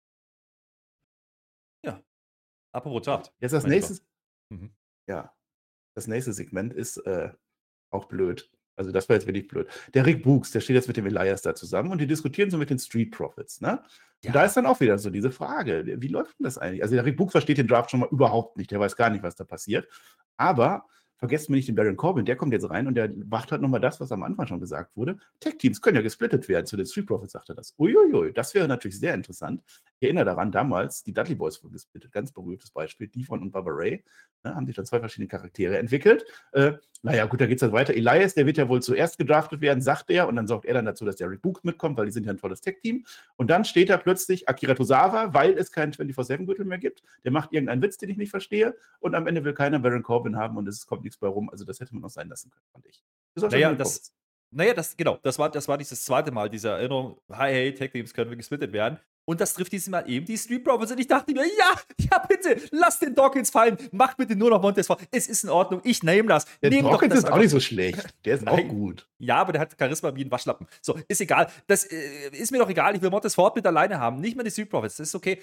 Ja, apropos Draft, jetzt das mein Lieber. nächste, Mhm. ja, das nächste Segment ist auch blöd. Also das war jetzt wirklich blöd. Der Rick Books, der steht jetzt mit dem Elias da zusammen und die diskutieren so mit den Street Profits, ne? Und da Ja, ist dann auch wieder so diese Frage, wie läuft denn das eigentlich? Also der Rick Books versteht den Draft schon mal überhaupt nicht, der weiß gar nicht, was da passiert. Aber vergesst mir nicht den Baron Corbin, der kommt jetzt rein und der macht halt nochmal das, was am Anfang schon gesagt wurde. Tech-Teams können ja gesplittet werden, zu den Street Profits sagt er das. Uiuiui, das wäre natürlich sehr interessant. Ich erinnere daran, damals, die Dudley Boys wurden gesplittet, ganz berühmtes Beispiel, Devon und Bubba Ray, ne, haben sich dann 2 verschiedene Charaktere entwickelt. Naja, gut, da geht es dann weiter. Elias, der wird ja wohl zuerst gedraftet werden, sagt er, und dann sorgt er dann dazu, dass der Rick Books mitkommt, weil die sind ja ein tolles Tech-Team. Und dann steht da plötzlich Akira Tozawa, weil es keinen 24/7-Gürtel mehr gibt. Der macht irgendeinen Witz, den ich nicht verstehe. Und am Ende will keiner Baron Corbin haben und es kommt nichts bei rum. Also das hätte man auch sein lassen können, fand ich. Das war schon naja, Rick Books. genau, das war dieses zweite Mal, diese Erinnerung, hey, Tag Teams können gesplittet werden. Und das trifft dieses Mal eben die Street Profits. Und ich dachte mir, ja, bitte, lass den Dawkins fallen. Mach bitte nur noch Montez fort. Es ist in Ordnung, ich nehme das. Der Nehm doch Dawkins das ist auch einfach. nicht so schlecht. Der ist auch Nein. gut. Ja, aber der hat Charisma wie ein Waschlappen. So, ist egal. Das ist mir doch egal. Ich will Montez Ford mit alleine haben. Nicht mehr die Street Profits. Das ist okay.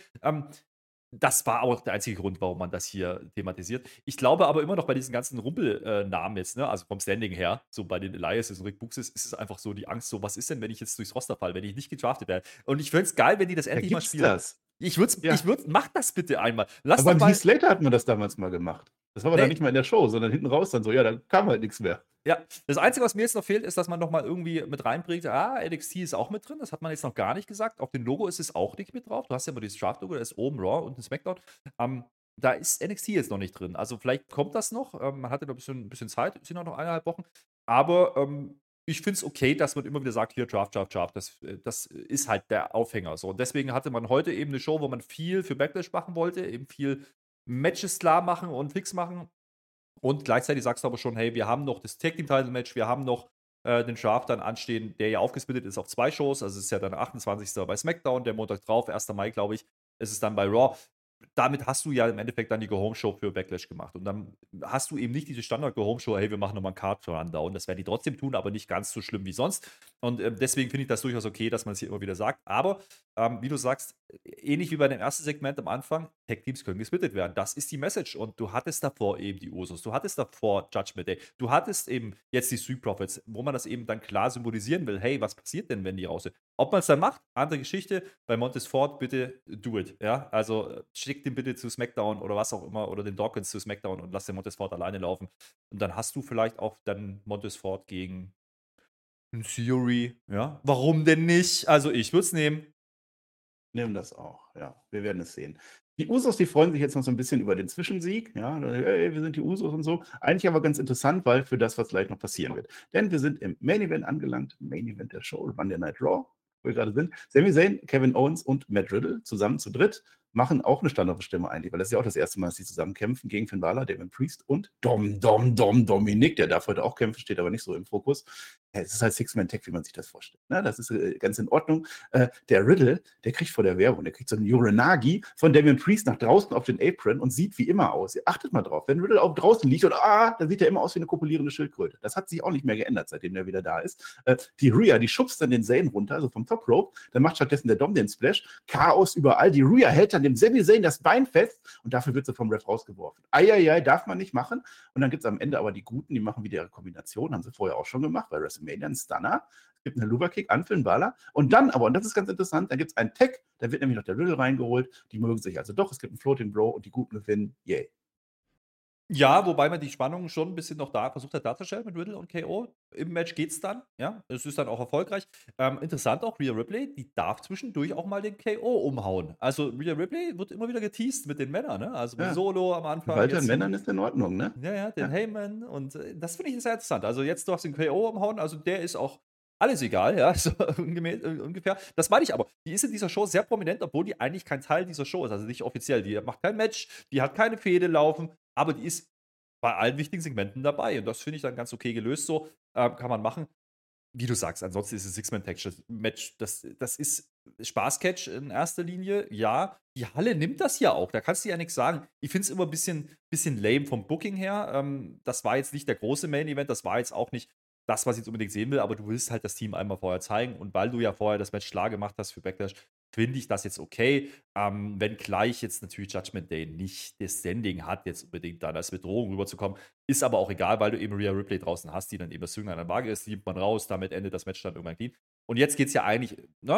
Das war auch der einzige Grund, warum man das hier thematisiert. Ich glaube aber immer noch bei diesen ganzen Rumpelnamen jetzt, ne, also vom Standing her, so bei den Elias und Rick Books ist es einfach so die Angst, so, was ist denn, wenn ich jetzt durchs Roster falle, wenn ich nicht gedraftet werde? Und ich fände es geil, wenn die das Da endlich mal gibt's spielen. das. Ja. Macht das bitte einmal. Lass Aber doch beim mal. Heath Slater hatten wir das damals mal gemacht. Das war aber dann Nee, nicht mal in der Show, sondern hinten raus dann so, ja, dann kam halt nichts mehr. ja, das Einzige, was mir jetzt noch fehlt, ist, dass man noch mal irgendwie mit reinbringt, NXT ist auch mit drin, das hat man jetzt noch gar nicht gesagt. Auf dem Logo ist es auch nicht mit drauf. Du hast ja immer dieses Draft-Logo, da ist oben Raw und ein SmackDown. Da ist NXT jetzt noch nicht drin. Also vielleicht kommt das noch. Man hatte noch ein bisschen Zeit, es sind auch noch 1,5 Wochen. Aber ich finde es okay, dass man immer wieder sagt, hier Draft. Das ist halt der Aufhänger. So. Und deswegen hatte man heute eben eine Show, wo man viel für Backlash machen wollte, eben viel Matches klar machen und fix machen. Und gleichzeitig sagst du aber schon, hey, wir haben noch das Tag Team Title Match, wir haben noch den Draft dann anstehen, der ja aufgesplittet ist auf 2 Shows. Also es ist ja dann 28. bei SmackDown, der Montag drauf, 1. Mai, glaube ich, ist es dann bei Raw. Damit hast du ja im Endeffekt dann die Go-Home-Show für Backlash gemacht. Und dann hast du eben nicht diese Standard-Go-Home-Show, hey, wir machen nochmal einen Card-Rundown. Das werden die trotzdem tun, aber nicht ganz so schlimm wie sonst. Und deswegen finde ich das durchaus okay, dass man es hier immer wieder sagt. Aber wie du sagst, ähnlich wie bei dem ersten Segment am Anfang, Tag-Teams können gesplittet werden. Das ist die Message. Und du hattest davor eben die Usos, du hattest davor Judgment Day, du hattest eben jetzt die Street Profits, wo man das eben dann klar symbolisieren will. Hey, was passiert denn, wenn die raus sind? Ob man es dann macht, andere Geschichte. Bei Montez Ford, bitte do it. Ja? Also schick den bitte zu SmackDown oder was auch immer oder den Dawkins zu SmackDown und lass den Montez Ford alleine laufen. Und dann hast du vielleicht auch dann Montez Ford gegen einen Theory. Ja? Warum denn nicht? Also ich würde es nehmen. Nehmen das auch, ja. Wir werden es sehen. Die Usos, die freuen sich jetzt noch so ein bisschen über den Zwischensieg. Ja, hey, wir sind die Usos und so. Eigentlich aber ganz interessant, weil für das, was gleich noch passieren wird. Denn wir sind im Main Event angelangt. Main Event der Show, Monday Night Raw, wo wir gerade sind. Sami Zayn, Kevin Owens und Matt Riddle zusammen zu dritt machen auch eine Standardbestimmung eigentlich, weil das ist ja auch das erste Mal, dass sie zusammen kämpfen gegen Finn Balor, Damon Priest und Dominik. Der darf heute auch kämpfen, steht aber nicht so im Fokus. Ja, es ist halt Six-Man-Tag, wie man sich das vorstellt. Ne? Das ist ganz in Ordnung. Der Riddle, der kriegt vor der Werbung, der kriegt so einen Uranagi von Damian Priest nach draußen auf den Apron und sieht wie immer aus. Ihr achtet mal drauf, wenn Riddle auch draußen liegt und dann sieht er immer aus wie eine kopulierende Schildkröte. Das hat sich auch nicht mehr geändert, seitdem der wieder da ist. Die Rhea, die schubst dann den Zayn runter, also vom Top Rope, dann macht stattdessen der Dom den Splash. Chaos überall. Die Rhea hält dann dem Sami Zayn das Bein fest und dafür wird sie vom Ref rausgeworfen. Eieiei, darf man nicht machen. Und dann gibt es am Ende aber die Guten, die machen wieder ihre Kombination, haben sie vorher auch schon gemacht, bei WrestleMania, einen Stunner. Es gibt einen Luba-Kick, Anfüllen, Bala. Und dann aber, und das ist ganz interessant, dann gibt es einen Tag, da wird nämlich noch der Riddle reingeholt. Die mögen sich also doch. Es gibt einen Floating Bro und die Guten gewinnen. Yay. Ja, wobei man die Spannung schon ein bisschen noch da versucht hat darzustellen mit Riddle und KO. Im Match geht's dann, ja. Es ist dann auch erfolgreich. Interessant auch, Rhea Ripley, die darf zwischendurch auch mal den KO umhauen. Also, Rhea Ripley wird immer wieder geteased mit den Männern, ne? Also, mit Ja. Solo am Anfang, Walter jetzt Männern ist in Ordnung, ne? ja, den Ja. Heyman und, das finde ich sehr interessant. Also, jetzt darfst du den KO umhauen, also, der ist auch alles egal, ja, so ungefähr. Das meine ich aber. Die ist in dieser Show sehr prominent, obwohl die eigentlich kein Teil dieser Show ist, also nicht offiziell. Die macht kein Match, die hat keine Fehde laufen, aber die ist bei allen wichtigen Segmenten dabei. Und das finde ich dann ganz okay gelöst so. Kann man machen. Wie du sagst, ansonsten ist es Six-Man-Match. Das ist Spaßcatch in erster Linie. Ja, die Halle nimmt das ja auch. Da kannst du ja nichts sagen. Ich finde es immer ein bisschen lame vom Booking her. Das war jetzt nicht der große Main-Event. Das war jetzt auch nicht das, was ich jetzt unbedingt sehen will. Aber du willst halt das Team einmal vorher zeigen. Und weil du ja vorher das Match klar gemacht hast für Backlash, finde ich das jetzt okay. Wenngleich jetzt natürlich Judgment Day nicht das Standing hat, jetzt unbedingt dann als Bedrohung rüberzukommen. Ist aber auch egal, weil du eben Rhea Ripley draußen hast, die dann eben das Zünglein an der Waage ist, die nimmt man raus, damit endet das Match dann irgendwann clean. Und jetzt geht es ja eigentlich,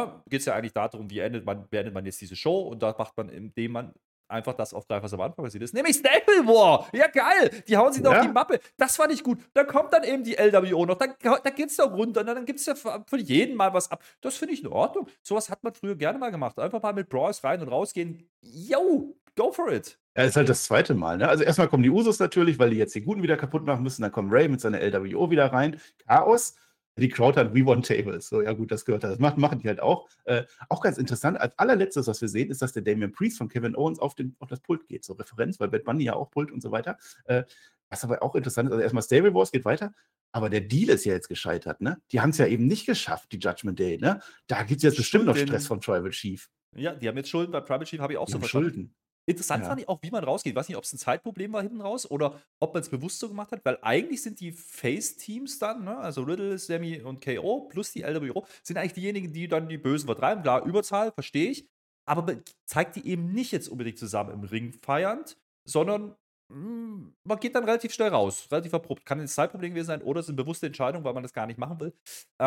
darum, beendet man jetzt diese Show und da macht man, indem man einfach das aufgreift, was am Anfang passiert ist. Nämlich Stable War! Ja, geil! Die hauen sich da auf die Ja. Mappe. Das fand ich gut. Dann kommt dann eben die LWO noch. Da geht's doch runter. Und dann gibt's ja für jeden mal was ab. Das finde ich in Ordnung. Sowas hat man früher gerne mal gemacht. Einfach mal mit Brawls rein und rausgehen. Yo, go for it. Ja, ist halt das zweite Mal, ne? Also erstmal kommen die Usos natürlich, weil die jetzt die Guten wieder kaputt machen müssen. Dann kommt Ray mit seiner LWO wieder rein. Chaos. Die Crowd hat We Want Tables. So, ja gut, das gehört da. Das machen die halt auch. Auch ganz interessant, als allerletztes, was wir sehen, ist, dass der Damian Priest von Kevin Owens auf das Pult geht. So Referenz, weil Bad Bunny ja auch Pult und so weiter. Was aber auch interessant ist, also erstmal Stable Wars geht weiter, aber der Deal ist ja jetzt gescheitert, ne? Die haben es ja eben nicht geschafft, die Judgment Day, ne? Da gibt es jetzt bestimmt noch Schulden. Stress vom Tribal Chief. Ja, die haben jetzt Schulden. Bei Private Chief habe ich auch Die so haben verstanden. Schulden. Interessant Ja. fand ich auch, wie man rausgeht. Ich weiß nicht, ob es ein Zeitproblem war hinten raus oder ob man es bewusst so gemacht hat, weil eigentlich sind die Face-Teams dann, ne, also Riddle, Sammy und KO plus die LWO, sind eigentlich diejenigen, die dann die Bösen vertreiben. Klar, Überzahl, verstehe ich, aber man zeigt die eben nicht jetzt unbedingt zusammen im Ring feiernd, sondern man geht dann relativ schnell raus, relativ abrupt. Kann ein Zeitproblem gewesen sein oder es sind bewusste Entscheidungen, weil man das gar nicht machen will.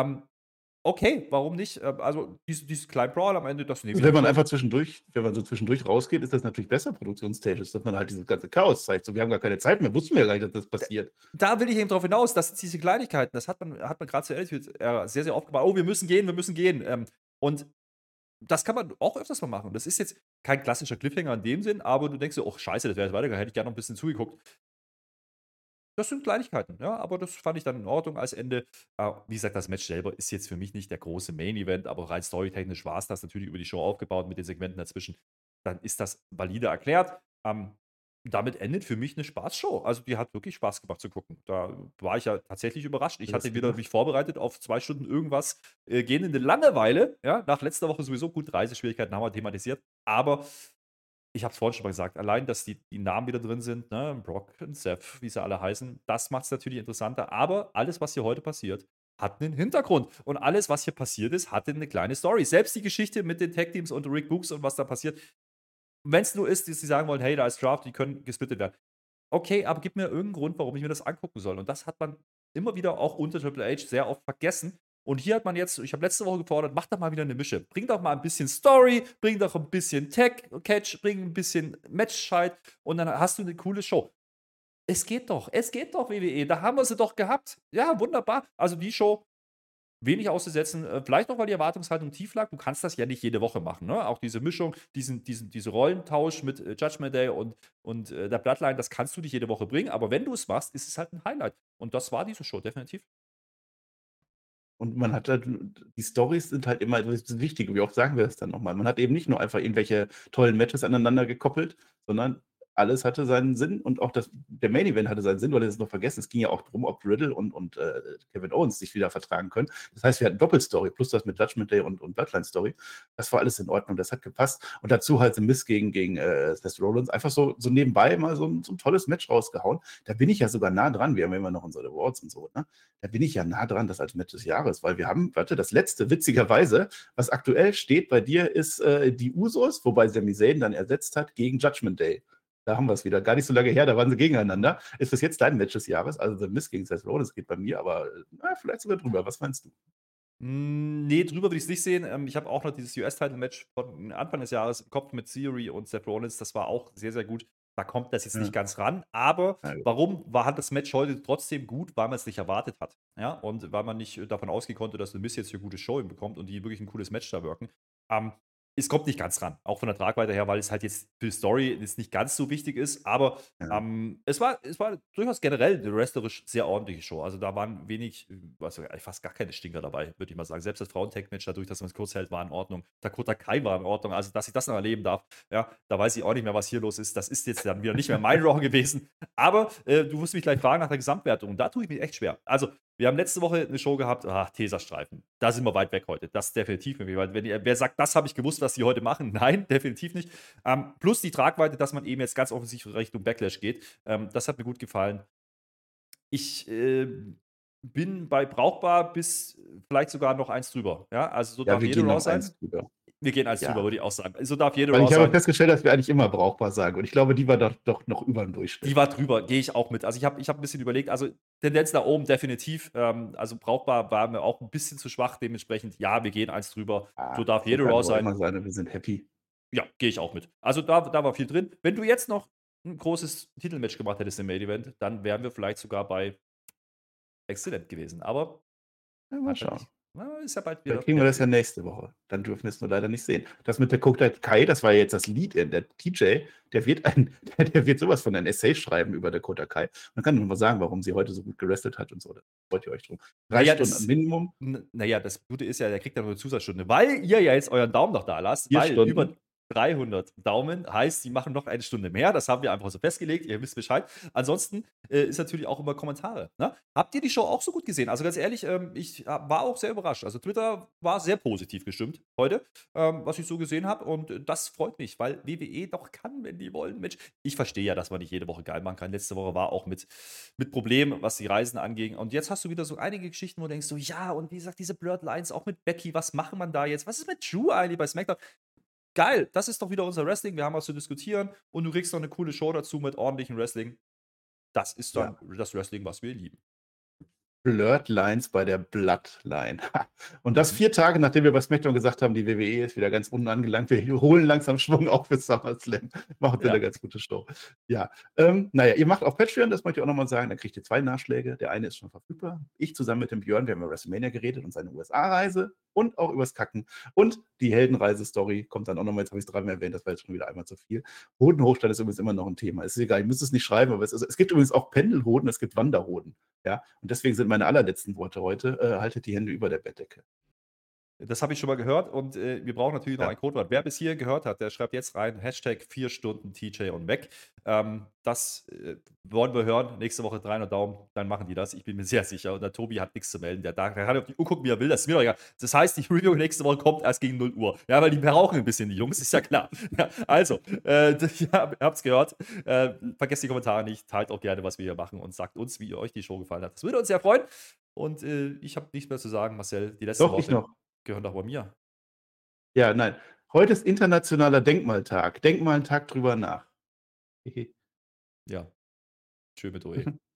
Okay, warum nicht? Also, dieses kleine Brawl am Ende, das nehme ich Wenn man schon. einfach wenn man so zwischendurch rausgeht, ist das natürlich besser, Produktionstechnisch, dass man halt dieses ganze Chaos zeigt. So, wir haben gar keine Zeit mehr, wussten wir gar nicht, dass das passiert. Da will ich eben drauf hinaus, dass diese Kleinigkeiten, das hat man gerade zur Attitude sehr, sehr oft gemacht. Oh, wir müssen gehen, wir müssen gehen. Und das kann man auch öfters mal machen. Das ist jetzt kein klassischer Cliffhanger in dem Sinn, aber du denkst dir, oh, scheiße, das wäre jetzt weitergegangen, hätte ich gerne noch ein bisschen zugeguckt. Das sind Kleinigkeiten, ja, aber das fand ich dann in Ordnung als Ende. Wie gesagt, das Match selber ist jetzt für mich nicht der große Main-Event, aber rein storytechnisch war es das natürlich über die Show aufgebaut mit den Segmenten dazwischen. Dann ist das valide erklärt. Damit endet für mich eine Spaßshow. Also, die hat wirklich Spaß gemacht zu gucken. Da war ich ja tatsächlich überrascht. Ich Das hatte wieder gemacht. mich vorbereitet auf 2 Stunden irgendwas, gehende Langeweile, ja, nach letzter Woche sowieso. Gut, Reiseschwierigkeiten haben wir thematisiert, aber ich habe es vorhin schon mal gesagt, allein, dass die Namen wieder drin sind, ne, Brock und Seth, wie sie alle heißen, das macht es natürlich interessanter. Aber alles, was hier heute passiert, hat einen Hintergrund. Und alles, was hier passiert ist, hatte eine kleine Story. Selbst die Geschichte mit den Tag-Teams und Rick Books und was da passiert, wenn es nur ist, dass sie sagen wollen, hey, da ist Draft, die können gesplittet werden. Okay, aber gib mir irgendeinen Grund, warum ich mir das angucken soll. Und das hat man immer wieder auch unter Triple H sehr oft vergessen. Und hier hat man jetzt, ich habe letzte Woche gefordert, mach doch mal wieder eine Mische. Bring doch mal ein bisschen Story, bring doch ein bisschen Tech-Catch, bring ein bisschen Matchscheid und dann hast du eine coole Show. Es geht doch, WWE. Da haben wir sie doch gehabt. Ja, wunderbar. Also die Show, wenig auszusetzen. Vielleicht auch, weil die Erwartungshaltung tief lag. Du kannst das ja nicht jede Woche machen. Ne? Auch diese Mischung, diese Rollentausch mit Judgment Day und der Bloodline, das kannst du nicht jede Woche bringen. Aber wenn du es machst, ist es halt ein Highlight. Und das war diese Show, definitiv. Und man hat halt, die Storys sind halt immer das Wichtige. Wie oft sagen wir das dann nochmal? Man hat eben nicht nur einfach irgendwelche tollen Matches aneinander gekoppelt, sondern alles hatte seinen Sinn und auch der Main Event hatte seinen Sinn, weil das ist noch vergessen. Es ging ja auch darum, ob Riddle und Kevin Owens sich wieder vertragen können. Das heißt, wir hatten Doppelstory plus das mit Judgment Day und Bloodline Story. Das war alles in Ordnung, das hat gepasst. Und dazu halt The Miz gegen Seth Rollins. Einfach so nebenbei mal so ein tolles Match rausgehauen. Da bin ich ja sogar nah dran. Wir haben ja immer noch unsere Awards und so, ne? Da bin ich ja nah dran, das als Match des Jahres, weil wir haben, warte, das letzte, witzigerweise, was aktuell steht bei dir, ist die Usos, wobei Sami Zayn dann ersetzt hat, gegen Judgment Day. Da haben wir es wieder. Gar nicht so lange her, da waren sie gegeneinander. Ist das jetzt dein Match des Jahres? Also The Miz gegen Seth Rollins geht bei mir, aber vielleicht sogar drüber. Was meinst du? Ne, drüber würde ich es nicht sehen. Ich habe auch noch dieses US-Title-Match von Anfang des Jahres im Kopf mit Theory und Seth Rollins. Das war auch sehr, sehr gut. Da kommt das jetzt Ja. nicht ganz ran. Aber Ja, gut. warum hat das Match heute trotzdem gut? Weil man es nicht erwartet hat. Ja, und weil man nicht davon ausgehen konnte, dass The Miz jetzt hier gute Showing bekommt und die wirklich ein cooles Match da wirken. Ähm, Es kommt nicht ganz ran, auch von der Tragweite her, weil es halt jetzt für die Story jetzt nicht ganz so wichtig ist. Aber Ja. es war durchaus generell eine wrestlerisch sehr ordentliche Show. Also da waren wenig, also eigentlich fast gar keine Stinker dabei, würde ich mal sagen. Selbst das Frauentag-Match, dadurch, dass man es kurz hält, war in Ordnung. Dakota Kai war in Ordnung. Also, dass ich das noch erleben darf, ja, da weiß ich auch nicht mehr, was hier los ist. Das ist jetzt dann wieder nicht mehr mein Raw gewesen. Aber du musst mich gleich fragen nach der Gesamtwertung. Und da tue ich mich echt schwer. Also, wir haben letzte Woche eine Show gehabt, Tesastreifen. Da sind wir weit weg heute. Das definitiv nicht. Weil wer sagt, das habe ich gewusst, was die heute machen? Nein, definitiv nicht. Plus die Tragweite, dass man eben jetzt ganz offensichtlich Richtung Backlash geht. Das hat mir gut gefallen. Ich bin bei brauchbar bis vielleicht sogar noch eins drüber. Ja, also so Ja, darf wir jede gehen Raw noch sein. eins drüber. Wir gehen eins drüber, Ja. würde ich auch sagen. So darf jede Weil Raw ich habe sein. festgestellt, dass wir eigentlich immer brauchbar sagen. Und ich glaube, die war doch noch über dem Durchschnitt. Die war drüber, gehe ich auch mit. Also ich hab ein bisschen überlegt, also Tendenz nach oben definitiv. Also brauchbar war mir auch ein bisschen zu schwach. Dementsprechend, ja, wir gehen eins drüber. So darf jede kann Raw aber sein. immer sein und wir sind happy. Ja, gehe ich auch mit. Also da war viel drin. Wenn du jetzt noch ein großes Titelmatch gemacht hättest im Main Event, dann wären wir vielleicht sogar bei exzellent gewesen. Aber Ja, mal hat er schauen. nicht. Na, ist ja bald Vielleicht wieder kriegen wir das ja fertig. nächste Woche. Dann dürfen wir es nur leider nicht sehen. Das mit der Kota Kai, das war ja jetzt das Lead-In. Der TJ, der wird sowas von ein Essay schreiben über Dakota Kai. Man kann nur mal sagen, warum sie heute so gut gerestet hat und so. Da freut ihr euch drum. 3 Naja, Stunden am Minimum, naja, das Gute ist ja, der kriegt ja nur eine Zusatzstunde, weil ihr ja jetzt euren Daumen noch da lasst, 4 weil über Stunden. 300 Daumen heißt, sie machen noch eine Stunde mehr. Das haben wir einfach so festgelegt. Ihr wisst Bescheid. Ansonsten ist natürlich auch immer Kommentare. Ne? Habt ihr die Show auch so gut gesehen? Also ganz ehrlich, ich war auch sehr überrascht. Also Twitter war sehr positiv gestimmt heute, was ich so gesehen habe. Und das freut mich, weil WWE doch kann, wenn die wollen. Mensch, ich verstehe ja, dass man nicht jede Woche geil machen kann. Letzte Woche war auch mit Problemen, was die Reisen anging. Und jetzt hast du wieder so einige Geschichten, wo du denkst, so, ja, und wie gesagt, diese Blurred Lines auch mit Becky, was machen man da jetzt? Was ist mit Drew eigentlich bei SmackDown? Geil, das ist doch wieder unser Wrestling. Wir haben was zu diskutieren und du kriegst noch eine coole Show dazu mit ordentlichem Wrestling. Das ist Ja. dann das Wrestling, was wir lieben. Blurred Lines bei der Bloodline. Und das 4 Tage, nachdem wir bei SmackDown gesagt haben, die WWE ist wieder ganz unten angelangt. Wir holen langsam Schwung auf für SummerSlam. Macht Ja. eine ganz gute Show. Ja, naja, ihr macht auf Patreon, das möchte ich auch nochmal sagen, da kriegt ihr 2 Nachschläge. Der eine ist schon verfügbar. Ich zusammen mit dem Björn, wir haben über WrestleMania geredet und seine USA-Reise und auch übers Kacken. Und die Heldenreise-Story kommt dann auch nochmal, jetzt habe ich es dreimal erwähnt, das war jetzt schon wieder einmal zu viel. Hodenhochstand ist übrigens immer noch ein Thema. Es ist egal, ich muss es nicht schreiben, aber es gibt übrigens auch Pendelhoden, es gibt Wanderhoden. Ja, und deswegen sind meine allerletzten Worte heute, haltet die Hände über der Bettdecke. Das habe ich schon mal gehört und wir brauchen natürlich noch Ja. ein Codewort. Wer bis hier gehört hat, der schreibt jetzt rein, Hashtag 4 Stunden TJ und weg. Das wollen wir hören. Nächste Woche 300 Daumen, dann machen die das. Ich bin mir sehr sicher. Und der Tobi hat nichts zu melden. Der kann auf die Uhr gucken, wie er will. Das ist mir doch egal. Das heißt, die Review nächste Woche kommt erst gegen 0 Uhr. Ja, weil die brauchen ein bisschen, die Jungs, ist ja klar. Ja, also, ihr habt es gehört. Vergesst die Kommentare nicht. Teilt auch gerne, was wir hier machen und sagt uns, wie euch die Show gefallen hat. Das würde uns sehr freuen. Und ich habe nichts mehr zu sagen, Marcel. Die letzten Doch, ich Worte noch. gehören doch bei mir. Ja, nein. Heute ist internationaler Denkmaltag. Denk mal einen Tag drüber nach. Ja, schön mit OE.